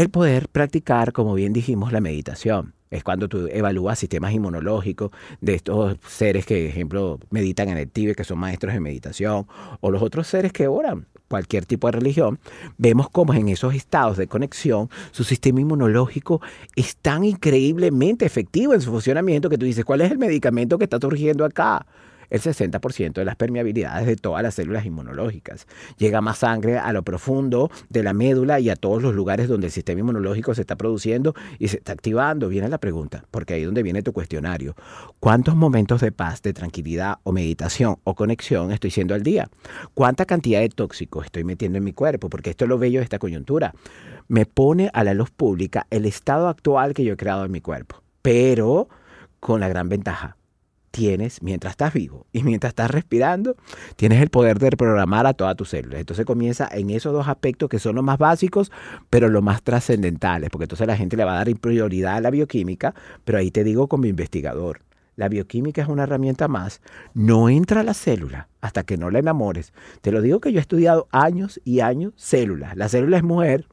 el poder practicar, como bien dijimos, la meditación. Es cuando tú evalúas sistemas inmunológicos de estos seres que, por ejemplo, meditan en el Tíbet, que son maestros de meditación, o los otros seres que oran, cualquier tipo de religión. Vemos cómo en esos estados de conexión su sistema inmunológico es tan increíblemente efectivo en su funcionamiento que tú dices, ¿cuál es el medicamento que está surgiendo acá? El sesenta por ciento de las permeabilidades de todas las células inmunológicas. Llega más sangre a lo profundo de la médula y a todos los lugares donde el sistema inmunológico se está produciendo y se está activando. Viene la pregunta, porque ahí es donde viene tu cuestionario. ¿Cuántos momentos de paz, de tranquilidad o meditación o conexión estoy siendo al día? ¿Cuánta cantidad de tóxicos estoy metiendo en mi cuerpo? Porque esto es lo bello de esta coyuntura. Me pone a la luz pública el estado actual que yo he creado en mi cuerpo, pero con la gran ventaja. Tienes, mientras estás vivo y mientras estás respirando, tienes el poder de reprogramar a todas tus células. Entonces comienza en esos dos aspectos que son los más básicos, pero los más trascendentales, porque entonces la gente le va a dar prioridad a la bioquímica, pero ahí te digo como investigador, la bioquímica es una herramienta más. No entra a la célula hasta que no la enamores. Te lo digo que yo he estudiado años y años células. La célula es mujer.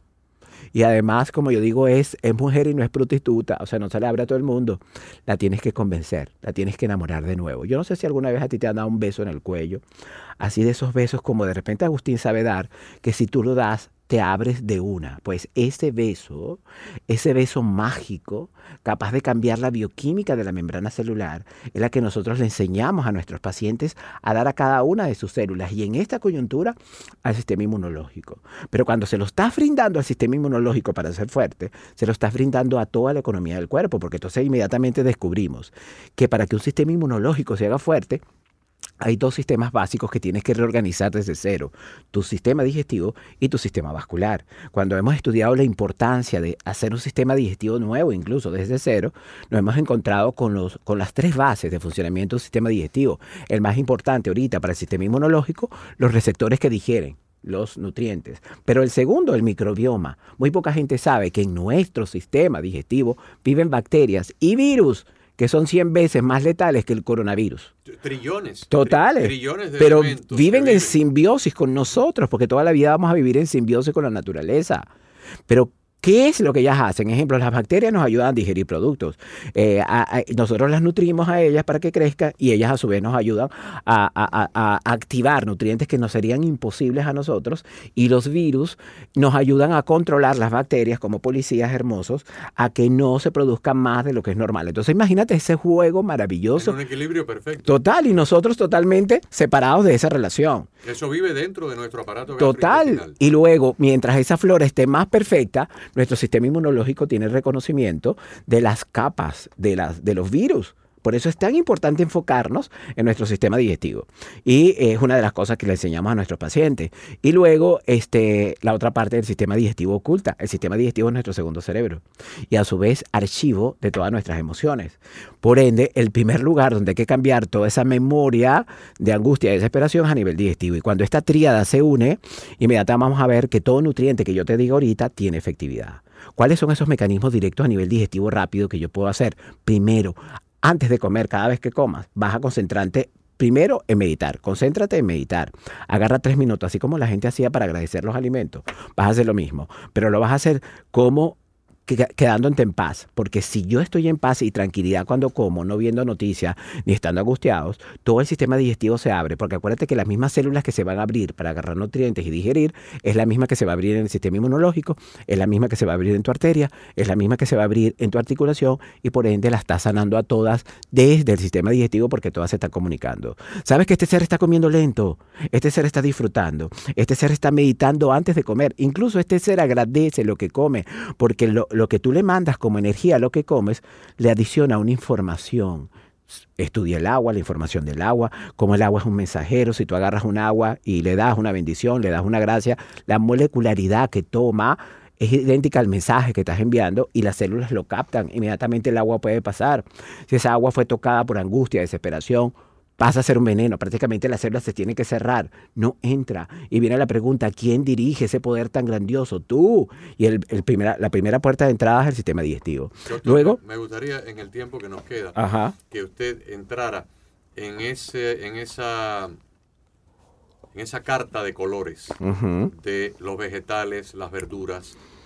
Y además, como yo digo, es, es mujer y no es prostituta. O sea, no se le abre a todo el mundo. La tienes que convencer, la tienes que enamorar de nuevo. Yo no sé si alguna vez a ti te han dado un beso en el cuello. Así de esos besos como de repente Agustín sabe dar, que si tú lo das, te abres de una. Pues ese beso, ese beso mágico, capaz de cambiar la bioquímica de la membrana celular, es la que nosotros le enseñamos a nuestros pacientes a dar a cada una de sus células. Y en esta coyuntura, al sistema inmunológico. Pero cuando se lo estás brindando al sistema inmunológico para ser fuerte, se lo estás brindando a toda la economía del cuerpo. Porque entonces inmediatamente descubrimos que para que un sistema inmunológico se haga fuerte, hay dos sistemas básicos que tienes que reorganizar desde cero, tu sistema digestivo y tu sistema vascular. Cuando hemos estudiado la importancia de hacer un sistema digestivo nuevo, incluso desde cero, nos hemos encontrado con, los, con las tres bases de funcionamiento del sistema digestivo. El más importante ahorita para el sistema inmunológico, los receptores que digieren los nutrientes. Pero el segundo, el microbioma. Muy poca gente sabe que en nuestro sistema digestivo viven bacterias y virus que son cien veces más letales que el coronavirus. Trillones. Totales. Trillones de pero elementos viven, viven en simbiosis con nosotros, porque toda la vida vamos a vivir en simbiosis con la naturaleza. Pero ¿qué es lo que ellas hacen? Ejemplo, las bacterias nos ayudan a digerir productos. Eh, a, a, nosotros las nutrimos a ellas para que crezcan y ellas a su vez nos ayudan a, a, a, a activar nutrientes que nos serían imposibles a nosotros. Y los virus nos ayudan a controlar las bacterias como policías hermosos a que no se produzcan más de lo que es normal. Entonces imagínate ese juego maravilloso. En un equilibrio perfecto. Total, y nosotros totalmente separados de esa relación. Eso vive dentro de nuestro aparato gastrointestinal. Total. Y luego, mientras esa flora esté más perfecta, nuestro sistema inmunológico tiene reconocimiento de las capas de, las, de los virus. Por eso es tan importante enfocarnos en nuestro sistema digestivo. Y es una de las cosas que le enseñamos a nuestros pacientes. Y luego, este, la otra parte del sistema digestivo oculta. El sistema digestivo es nuestro segundo cerebro. Y a su vez, archivo de todas nuestras emociones. Por ende, el primer lugar donde hay que cambiar toda esa memoria de angustia y desesperación es a nivel digestivo. Y cuando esta tríada se une, inmediatamente vamos a ver que todo nutriente que yo te digo ahorita tiene efectividad. ¿Cuáles son esos mecanismos directos a nivel digestivo rápido que yo puedo hacer? Primero, antes de comer, cada vez que comas, vas a concentrarte primero en meditar. Concéntrate en meditar. Agarra tres minutos, así como la gente hacía para agradecer los alimentos. Vas a hacer lo mismo, pero lo vas a hacer como quedándote en paz, porque si yo estoy en paz y tranquilidad cuando como, no viendo noticias ni estando angustiados, todo el sistema digestivo se abre, porque acuérdate que las mismas células que se van a abrir para agarrar nutrientes y digerir es la misma que se va a abrir en el sistema inmunológico, es la misma que se va a abrir en tu arteria, es la misma que se va a abrir en tu articulación y por ende la estás sanando a todas desde el sistema digestivo porque todas se están comunicando. ¿Sabes que este ser está comiendo lento? Este ser está disfrutando, este ser está meditando antes de comer, incluso este ser agradece lo que come porque lo Lo que tú le mandas como energía a lo que comes, le adiciona una información. Estudia el agua, la información del agua, como el agua es un mensajero. Si tú agarras un agua y le das una bendición, le das una gracia, la molecularidad que toma es idéntica al mensaje que estás enviando y las células lo captan. Inmediatamente el agua puede pasar. Si esa agua fue tocada por angustia, desesperación, pasa a ser un veneno. Prácticamente las células se tienen que cerrar. No entra. Y viene la pregunta, ¿quién dirige ese poder tan grandioso? Tú. Y el, el primera, la primera puerta de entrada es el sistema digestivo. Doctor, Luego, me gustaría, en el tiempo que nos queda, ajá, que usted entrara en ese, en esa, en esa carta de colores uh-huh. de los vegetales, las verduras,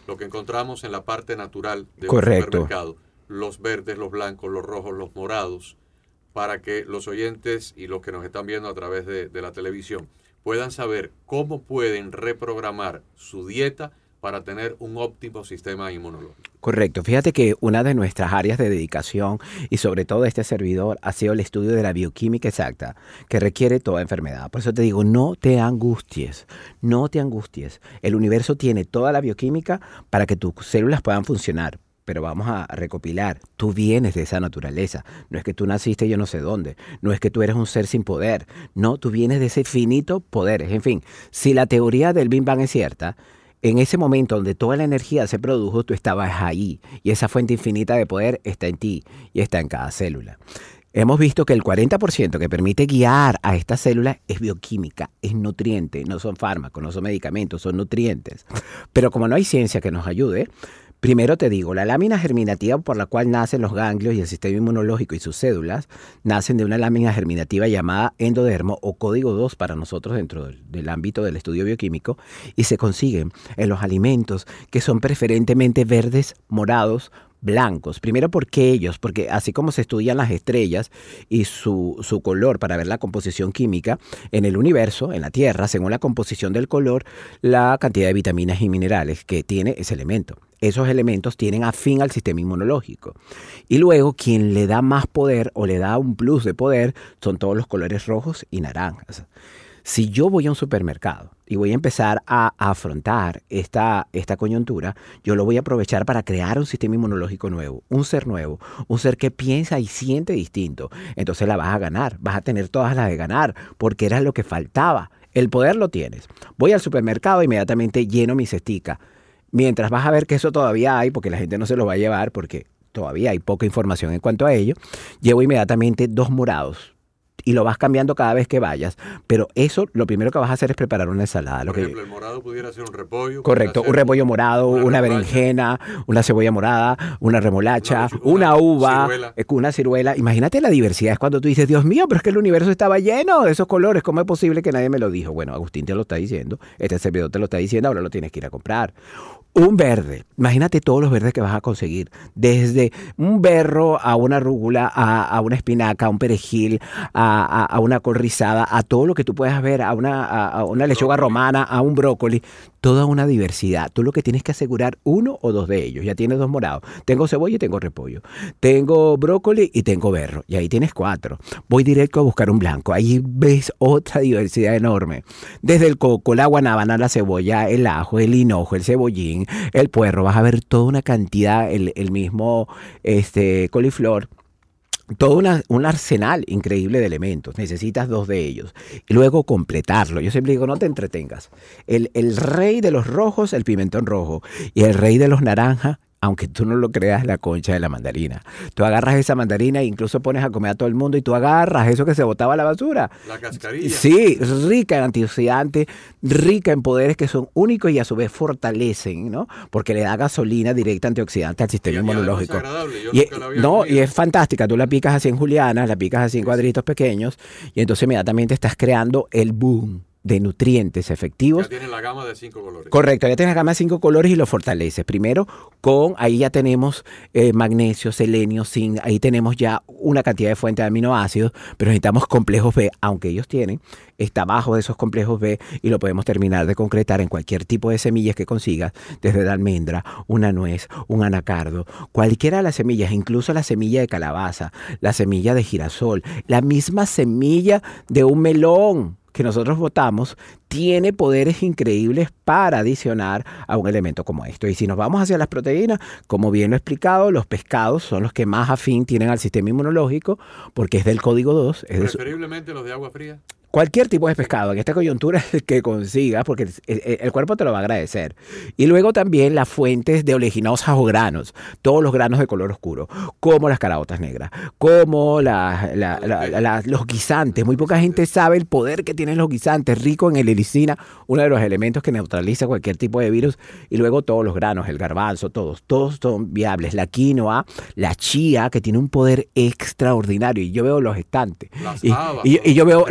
lo que encontramos en la parte natural de Correcto. un supermercado. Los verdes, los blancos, los rojos, los morados, para que los oyentes y los que nos están viendo a través de, de la televisión puedan saber cómo pueden reprogramar su dieta para tener un óptimo sistema inmunológico. Correcto. Fíjate que una de nuestras áreas de dedicación y sobre todo este servidor ha sido el estudio de la bioquímica exacta que requiere toda enfermedad. Por eso te digo, no te angusties, no te angusties. El universo tiene toda la bioquímica para que tus células puedan funcionar. Pero vamos a recopilar, tú vienes de esa naturaleza, no es que tú naciste yo no sé dónde, no es que tú eres un ser sin poder, no, tú vienes de ese finito poder. En fin, si la teoría del Big Bang es cierta, en ese momento donde toda la energía se produjo, tú estabas ahí y esa fuente infinita de poder está en ti y está en cada célula. Hemos visto que el cuarenta por ciento que permite guiar a estas células es bioquímica, es nutriente, no son fármacos, no son medicamentos, son nutrientes. Pero como no hay ciencia que nos ayude, primero te digo, la lámina germinativa por la cual nacen los ganglios y el sistema inmunológico y sus células nacen de una lámina germinativa llamada endodermo o código dos para nosotros dentro del, del ámbito del estudio bioquímico y se consiguen en los alimentos que son preferentemente verdes, morados, blancos. Primero, ¿por qué ellos? Porque así como se estudian las estrellas y su, su color para ver la composición química, en el universo, en la Tierra, según la composición del color, la cantidad de vitaminas y minerales que tiene ese elemento. Esos elementos tienen afín al sistema inmunológico. Y luego, quien le da más poder o le da un plus de poder son todos los colores rojos y naranjas. Si yo voy a un supermercado y voy a empezar a, a afrontar esta, esta coyuntura, yo lo voy a aprovechar para crear un sistema inmunológico nuevo, un ser nuevo, un ser que piensa y siente distinto. Entonces la vas a ganar, vas a tener todas las de ganar, porque era lo que faltaba. El poder lo tienes. Voy al supermercado, inmediatamente lleno mi cestica. Mientras vas a ver que eso todavía hay, porque la gente no se lo va a llevar, porque todavía hay poca información en cuanto a ello, llevo inmediatamente dos morados. Y lo vas cambiando cada vez que vayas. Pero eso, lo primero que vas a hacer es preparar una ensalada. Por lo ejemplo, que... el morado pudiera ser un repollo. Correcto, un repollo morado, una, una berenjena, una cebolla morada, una remolacha, una, una uva, ciruela. una ciruela. Imagínate la diversidad. Es cuando tú dices, Dios mío, pero es que el universo estaba lleno de esos colores. ¿Cómo es posible que nadie me lo dijo? Bueno, Agustín te lo está diciendo, este servidor te lo está diciendo, ahora lo tienes que ir a comprar. Un verde, imagínate todos los verdes que vas a conseguir, desde un berro a una rúgula, a, a una espinaca, a un perejil, a, a, a una col rizada, a todo lo que tú puedas ver, a una, a, a una lechuga romana, a un brócoli, toda una diversidad. Tú lo que tienes que asegurar uno o dos de ellos, ya tienes dos morados, tengo cebolla y tengo repollo, tengo brócoli y tengo berro, y ahí tienes cuatro. Voy directo a buscar un blanco, ahí ves otra diversidad enorme, desde el coco, la guanábana, la cebolla, el ajo, el hinojo, el cebollín, el puerro, vas a ver toda una cantidad, el, el mismo este, coliflor, todo una, un arsenal increíble de elementos. Necesitas dos de ellos. Y luego completarlo. Yo siempre digo, no te entretengas. El, el rey de los rojos, el pimentón rojo. Y el rey de los naranjas, aunque tú no lo creas, la concha de la mandarina. Tú agarras esa mandarina e incluso pones a comer a todo el mundo y tú agarras eso que se botaba a la basura. La cascarilla. Sí, rica en antioxidantes, rica en poderes que son únicos y a su vez fortalecen, ¿no? Porque le da gasolina directa antioxidante al sistema y, inmunológico. Y es agradable. Yo y, nunca la había no, comido. Y es fantástica. Tú la picas así en julianas, la picas así en cuadritos pequeños y entonces inmediatamente estás creando el boom de nutrientes efectivos. Ya tiene la gama de cinco colores. Correcto, ya tienes la gama de cinco colores y lo fortaleces. Primero, con ahí ya tenemos eh, magnesio, selenio, zinc, ahí tenemos ya una cantidad de fuentes de aminoácidos, pero necesitamos complejos B, aunque ellos tienen, está abajo de esos complejos B y lo podemos terminar de concretar en cualquier tipo de semillas que consigas, desde la almendra, una nuez, un anacardo, cualquiera de las semillas, incluso la semilla de calabaza, la semilla de girasol, la misma semilla de un melón que nosotros botamos, tiene poderes increíbles para adicionar a un elemento como esto. Y si nos vamos hacia las proteínas, como bien lo he explicado, los pescados son los que más afín tienen al sistema inmunológico, porque es del código dos. Es Preferiblemente los de agua fría. Cualquier tipo de pescado, en esta coyuntura que consigas, porque el, el, el cuerpo te lo va a agradecer. Y luego también las fuentes de oleaginosas o granos, todos los granos de color oscuro, como las caraotas negras, como la, la, la, la, la, los guisantes. Muy poca gente sabe el poder que tienen los guisantes, rico en helicina, uno de los elementos que neutraliza cualquier tipo de virus. Y luego todos los granos, el garbanzo, todos, todos son viables. La quinoa, la chía, que tiene un poder extraordinario. Y yo veo los estantes. Las y, habas, y, y yo veo la... Po-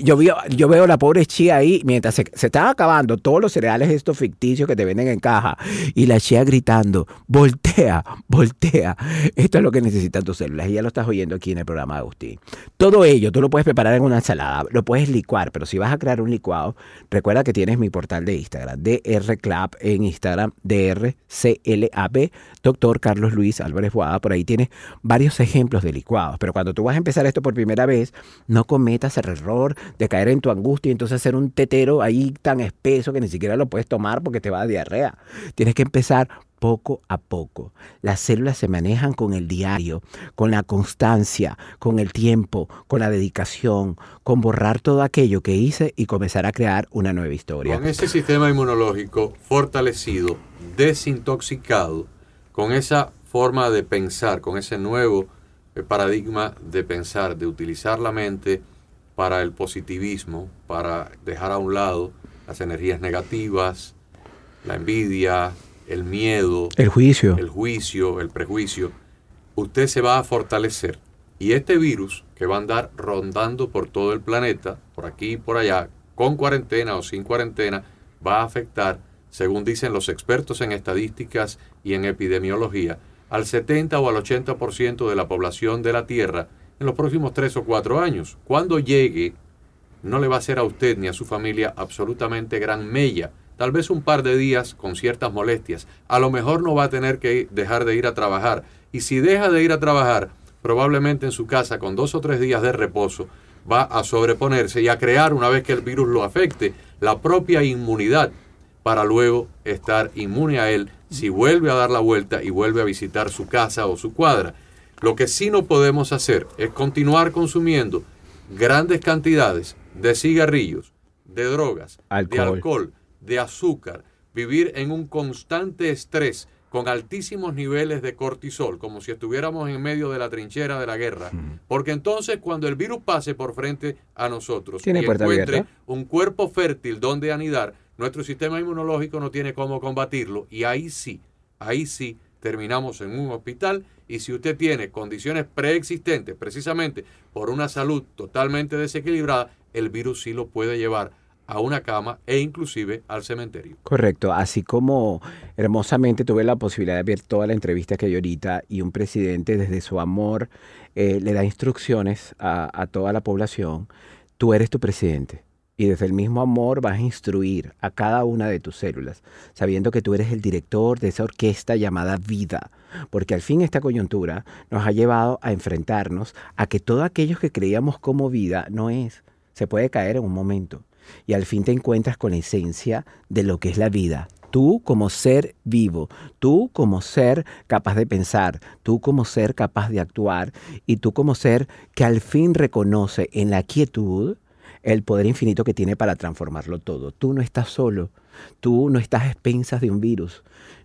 yo, veo, yo veo la pobre chía ahí, mientras se, se están acabando todos los cereales estos ficticios que te venden en caja, y la chía gritando, voltea, voltea. Esto es lo que necesitan tus células, y ya lo estás oyendo aquí en el programa de Agustín. Todo ello, tú lo puedes preparar en una ensalada, lo puedes licuar, pero si vas a crear un licuado, recuerda que tienes mi portal de Instagram, D R Club en Instagram, D R C L A B, doctor Carlos Luis Álvarez Boada. Por ahí tienes varios ejemplos de licuados, pero cuando tú vas a empezar esto por primera vez, no cometas el error de caer en tu angustia y entonces hacer un tetero ahí tan espeso que ni siquiera lo puedes tomar porque te va a diarrea. Tienes que empezar poco a poco. Las células se manejan con el diario, con la constancia, con el tiempo, con la dedicación, con borrar todo aquello que hice y comenzar a crear una nueva historia. Con ese sistema inmunológico fortalecido, desintoxicado, con esa forma de pensar, con ese nuevo paradigma de pensar, de utilizar la mente para el positivismo, para dejar a un lado las energías negativas, la envidia, el miedo, el juicio, el juicio, el prejuicio, usted se va a fortalecer. Y este virus que va a andar rondando por todo el planeta, por aquí y por allá, con cuarentena o sin cuarentena, va a afectar, según dicen los expertos en estadísticas y en epidemiología, al setenta o al ochenta por ciento de la población de la Tierra en los próximos tres o cuatro años. Cuando llegue, no le va a hacer a usted ni a su familia absolutamente gran mella. Tal vez un par de días con ciertas molestias. A lo mejor no va a tener que dejar de ir a trabajar. Y si deja de ir a trabajar, probablemente en su casa con dos o tres días de reposo, va a sobreponerse y a crear, una vez que el virus lo afecte, la propia inmunidad para luego estar inmune a él si vuelve a dar la vuelta y vuelve a visitar su casa o su cuadra. Lo que sí no podemos hacer es continuar consumiendo grandes cantidades de cigarrillos, de drogas, alcohol. de alcohol, de azúcar, vivir en un constante estrés con altísimos niveles de cortisol, como si estuviéramos en medio de la trinchera de la guerra. Mm. Porque entonces cuando el virus pase por frente a nosotros y encuentre abierta? un cuerpo fértil donde anidar, nuestro sistema inmunológico no tiene cómo combatirlo, y ahí sí, ahí sí terminamos en un hospital. Y si usted tiene condiciones preexistentes, precisamente por una salud totalmente desequilibrada, el virus sí lo puede llevar a una cama e inclusive al cementerio. Correcto, así como hermosamente tuve la posibilidad de ver toda la entrevista que hay ahorita, y un presidente desde su amor eh, le da instrucciones a, a toda la población. Tú eres tu presidente. Y desde el mismo amor vas a instruir a cada una de tus células, sabiendo que tú eres el director de esa orquesta llamada vida. Porque al fin esta coyuntura nos ha llevado a enfrentarnos a que todo aquello que creíamos como vida no es. Se puede caer en un momento. Y al fin te encuentras con la esencia de lo que es la vida. Tú como ser vivo, tú como ser capaz de pensar, tú como ser capaz de actuar, y tú como ser que al fin reconoce en la quietud el poder infinito que tiene para transformarlo todo. Tú no estás solo, tú no estás a expensas de un virus.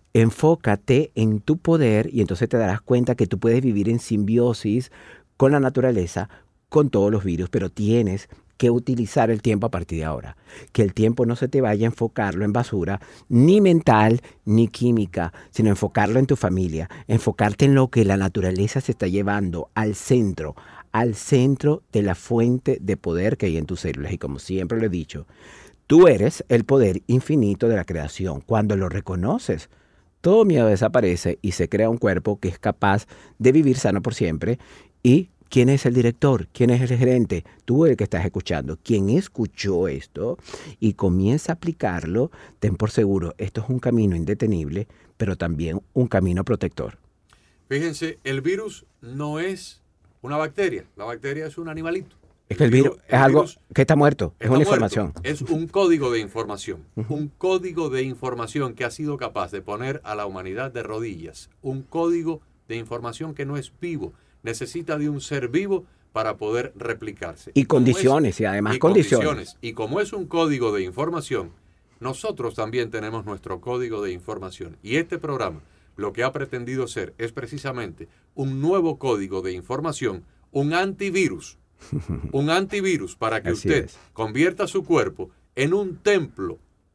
Enfócate en tu poder y entonces te darás cuenta que tú puedes vivir en simbiosis con la naturaleza, con todos los virus, pero tienes que utilizar el tiempo a partir de ahora. Que el tiempo no se te vaya a enfocarlo en basura, ni mental, ni química, sino enfocarlo en tu familia, enfocarte en lo que la naturaleza se está llevando al centro, al centro de la fuente de poder que hay en tus células. Y como siempre lo he dicho, tú eres el poder infinito de la creación. Cuando lo reconoces, todo miedo desaparece y se crea un cuerpo que es capaz de vivir sano por siempre. ¿Y quién es el director? ¿Quién es el gerente? Tú, el que estás escuchando. Quien escuchó esto y comienza a aplicarlo, ten por seguro, esto es un camino indetenible, pero también un camino protector. Fíjense, el virus no es una bacteria. La bacteria es un animalito. Es que el virus es algo que está muerto, es una información. Es un código de información, un código de información que ha sido capaz de poner a la humanidad de rodillas. Un código de información que no es vivo, necesita de un ser vivo para poder replicarse. Y condiciones, y además condiciones. condiciones. Y como es un código de información, nosotros también tenemos nuestro código de información. Y este programa lo que ha pretendido ser es precisamente un nuevo código de información, un antivirus, un antivirus para que Así usted es. convierta su cuerpo en un templo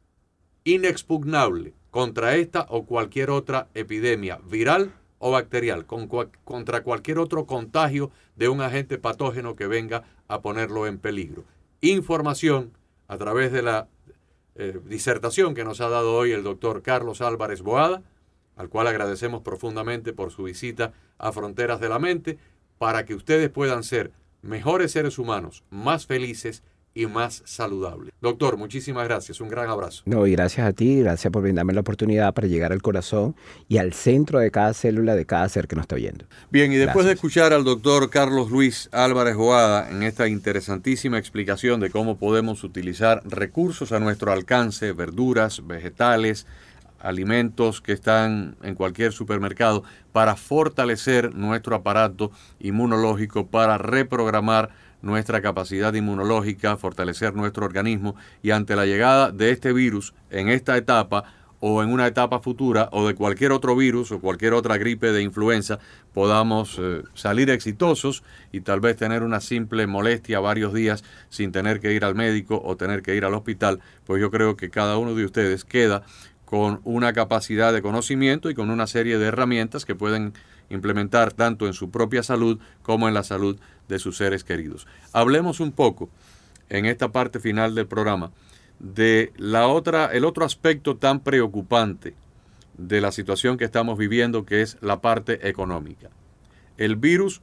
inexpugnable contra esta o cualquier otra epidemia viral o bacterial, con, contra cualquier otro contagio de un agente patógeno que venga a ponerlo en peligro. información a través de la eh, disertación que nos ha dado hoy el doctor Carlos Álvarez Boada, al cual agradecemos profundamente por su visita a Fronteras de la Mente, para que ustedes puedan ser mejores seres humanos, más felices y más saludables. Doctor, muchísimas gracias. Un gran abrazo. No, y gracias a ti, gracias por brindarme la oportunidad para llegar al corazón y al centro de cada célula de cada ser que nos está oyendo. Bien, y después Gracias. de escuchar al doctor Carlos Luis Álvarez Boada en esta interesantísima explicación de cómo podemos utilizar recursos a nuestro alcance, verduras, vegetales, alimentos que están en cualquier supermercado, para fortalecer nuestro aparato inmunológico, para reprogramar nuestra capacidad inmunológica, fortalecer nuestro organismo, y ante la llegada de este virus en esta etapa o en una etapa futura, o de cualquier otro virus o cualquier otra gripe de influenza, podamos eh, salir exitosos y tal vez tener una simple molestia varios días sin tener que ir al médico o tener que ir al hospital. Pues yo creo que cada uno de ustedes queda con una capacidad de conocimiento y con una serie de herramientas que pueden implementar tanto en su propia salud como en la salud de sus seres queridos. Hablemos un poco en esta parte final del programa de la otra, el otro aspecto tan preocupante de la situación que estamos viviendo, que es la parte económica. El virus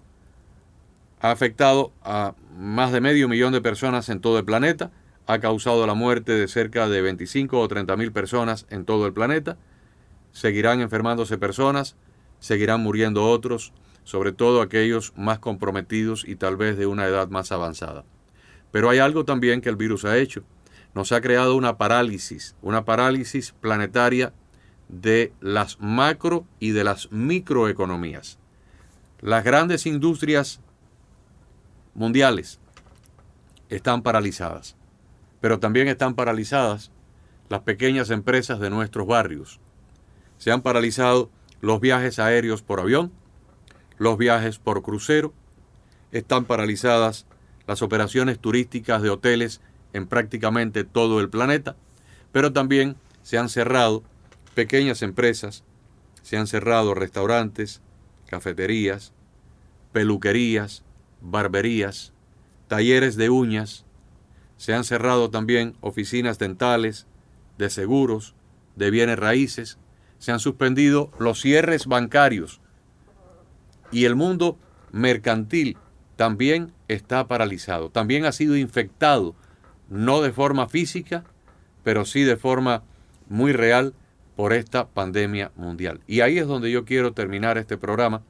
ha afectado a más de medio millón de personas en todo el planeta, ha causado la muerte de cerca de veinticinco o treinta mil personas en todo el planeta. Seguirán enfermándose personas, seguirán muriendo otros, sobre todo aquellos más comprometidos y tal vez de una edad más avanzada. Pero hay algo también que el virus ha hecho. Nos ha creado una parálisis, una parálisis planetaria de las macro y de las microeconomías. Las grandes industrias mundiales están paralizadas, pero también están paralizadas las pequeñas empresas de nuestros barrios. Se han paralizado los viajes aéreos por avión, los viajes por crucero, están paralizadas las operaciones turísticas de hoteles en prácticamente todo el planeta, pero también se han cerrado pequeñas empresas, se han cerrado restaurantes, cafeterías, peluquerías, barberías, talleres de uñas, se han cerrado también oficinas dentales, de seguros, de bienes raíces, se han suspendido los cierres bancarios y el mundo mercantil también está paralizado, también ha sido infectado, no de forma física, pero sí de forma muy real por esta pandemia mundial. Y ahí es donde yo quiero terminar este programa,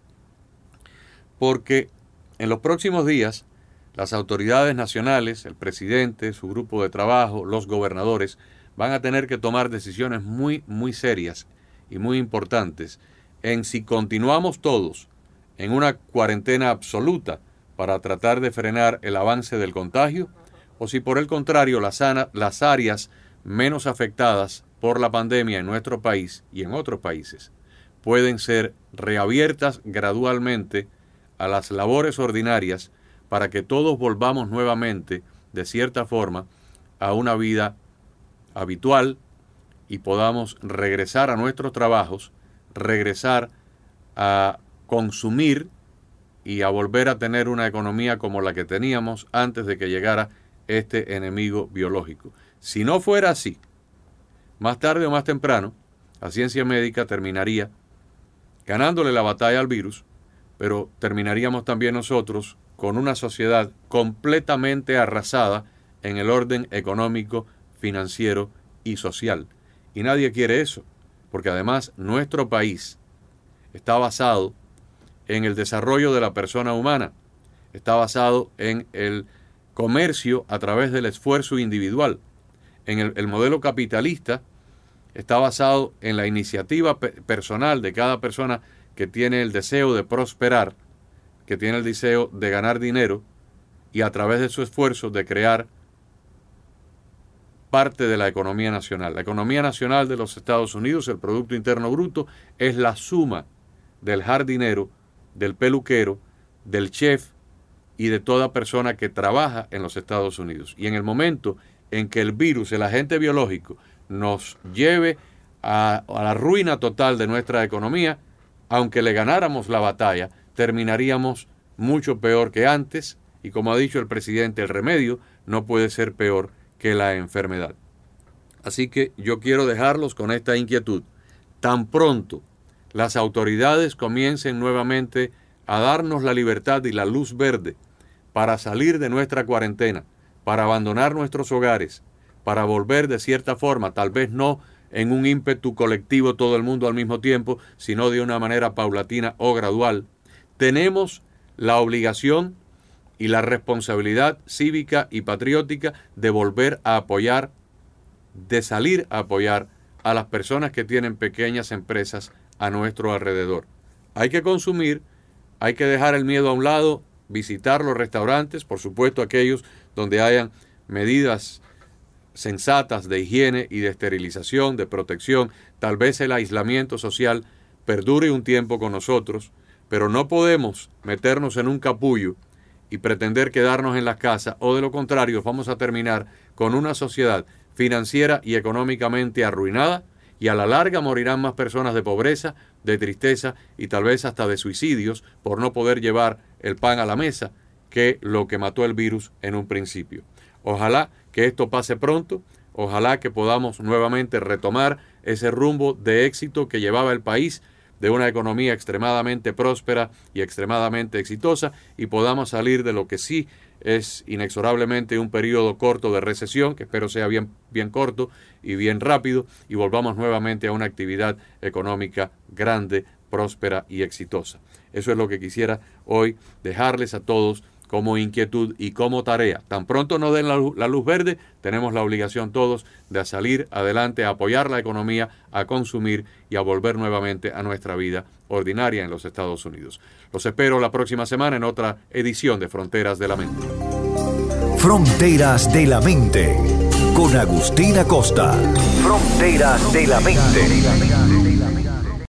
porque en los próximos días las autoridades nacionales, el presidente, su grupo de trabajo, los gobernadores, van a tener que tomar decisiones muy, muy serias y muy importantes en si continuamos todos en una cuarentena absoluta para tratar de frenar el avance del contagio, o si por el contrario las, las áreas menos afectadas por la pandemia en nuestro país y en otros países pueden ser reabiertas gradualmente a las labores ordinarias para que todos volvamos nuevamente, de cierta forma, a una vida habitual y podamos regresar a nuestros trabajos, regresar a consumir y a volver a tener una economía como la que teníamos antes de que llegara este enemigo biológico. Si no fuera así, más tarde o más temprano, la ciencia médica terminaría ganándole la batalla al virus, pero terminaríamos también nosotros con una sociedad completamente arrasada en el orden económico, financiero y social. Y nadie quiere eso, porque además nuestro país está basado en el desarrollo de la persona humana, está basado en el comercio a través del esfuerzo individual. En el, el modelo capitalista está basado en la iniciativa pe- personal de cada persona que tiene el deseo de prosperar, que tiene el deseo de ganar dinero y a través de su esfuerzo de crear parte de la economía nacional. La economía nacional de los Estados Unidos, el Producto Interno Bruto, es la suma del jardinero, del peluquero, del chef y de toda persona que trabaja en los Estados Unidos. Y en el momento en que el virus, el agente biológico, nos lleve a, a la ruina total de nuestra economía, aunque le ganáramos la batalla, terminaríamos mucho peor que antes y como ha dicho el presidente, el remedio no puede ser peor que la enfermedad. Así que yo quiero dejarlos con esta inquietud. Tan pronto las autoridades comiencen nuevamente a darnos la libertad y la luz verde para salir de nuestra cuarentena, para abandonar nuestros hogares, para volver de cierta forma, tal vez no en un ímpetu colectivo todo el mundo al mismo tiempo, sino de una manera paulatina o gradual, tenemos la obligación y la responsabilidad cívica y patriótica de volver a apoyar, de salir a apoyar a las personas que tienen pequeñas empresas a nuestro alrededor. Hay que consumir, hay que dejar el miedo a un lado, visitar los restaurantes, por supuesto aquellos donde hayan medidas sensatas de higiene y de esterilización, de protección. Tal vez el aislamiento social perdure un tiempo con nosotros, pero no podemos meternos en un capullo y pretender quedarnos en las casas, o de lo contrario vamos a terminar con una sociedad financiera y económicamente arruinada, y a la larga morirán más personas de pobreza, de tristeza y tal vez hasta de suicidios por no poder llevar el pan a la mesa, que lo que mató el virus en un principio. Ojalá que esto pase pronto, ojalá que podamos nuevamente retomar ese rumbo de éxito que llevaba el país, de una economía extremadamente próspera y extremadamente exitosa, y podamos salir de lo que sí es inexorablemente un periodo corto de recesión, que espero sea bien, bien corto y bien rápido, y volvamos nuevamente a una actividad económica grande, próspera y exitosa. Eso es lo que quisiera hoy dejarles a todos como inquietud y como tarea. Tan pronto nos den la luz, la luz verde, tenemos la obligación todos de salir adelante, a apoyar la economía, a consumir y a volver nuevamente a nuestra vida ordinaria en los Estados Unidos. Los espero la próxima semana en otra edición de Fronteras de la Mente. Fronteras de la Mente, con Agustín Acosta. Fronteras de la Mente.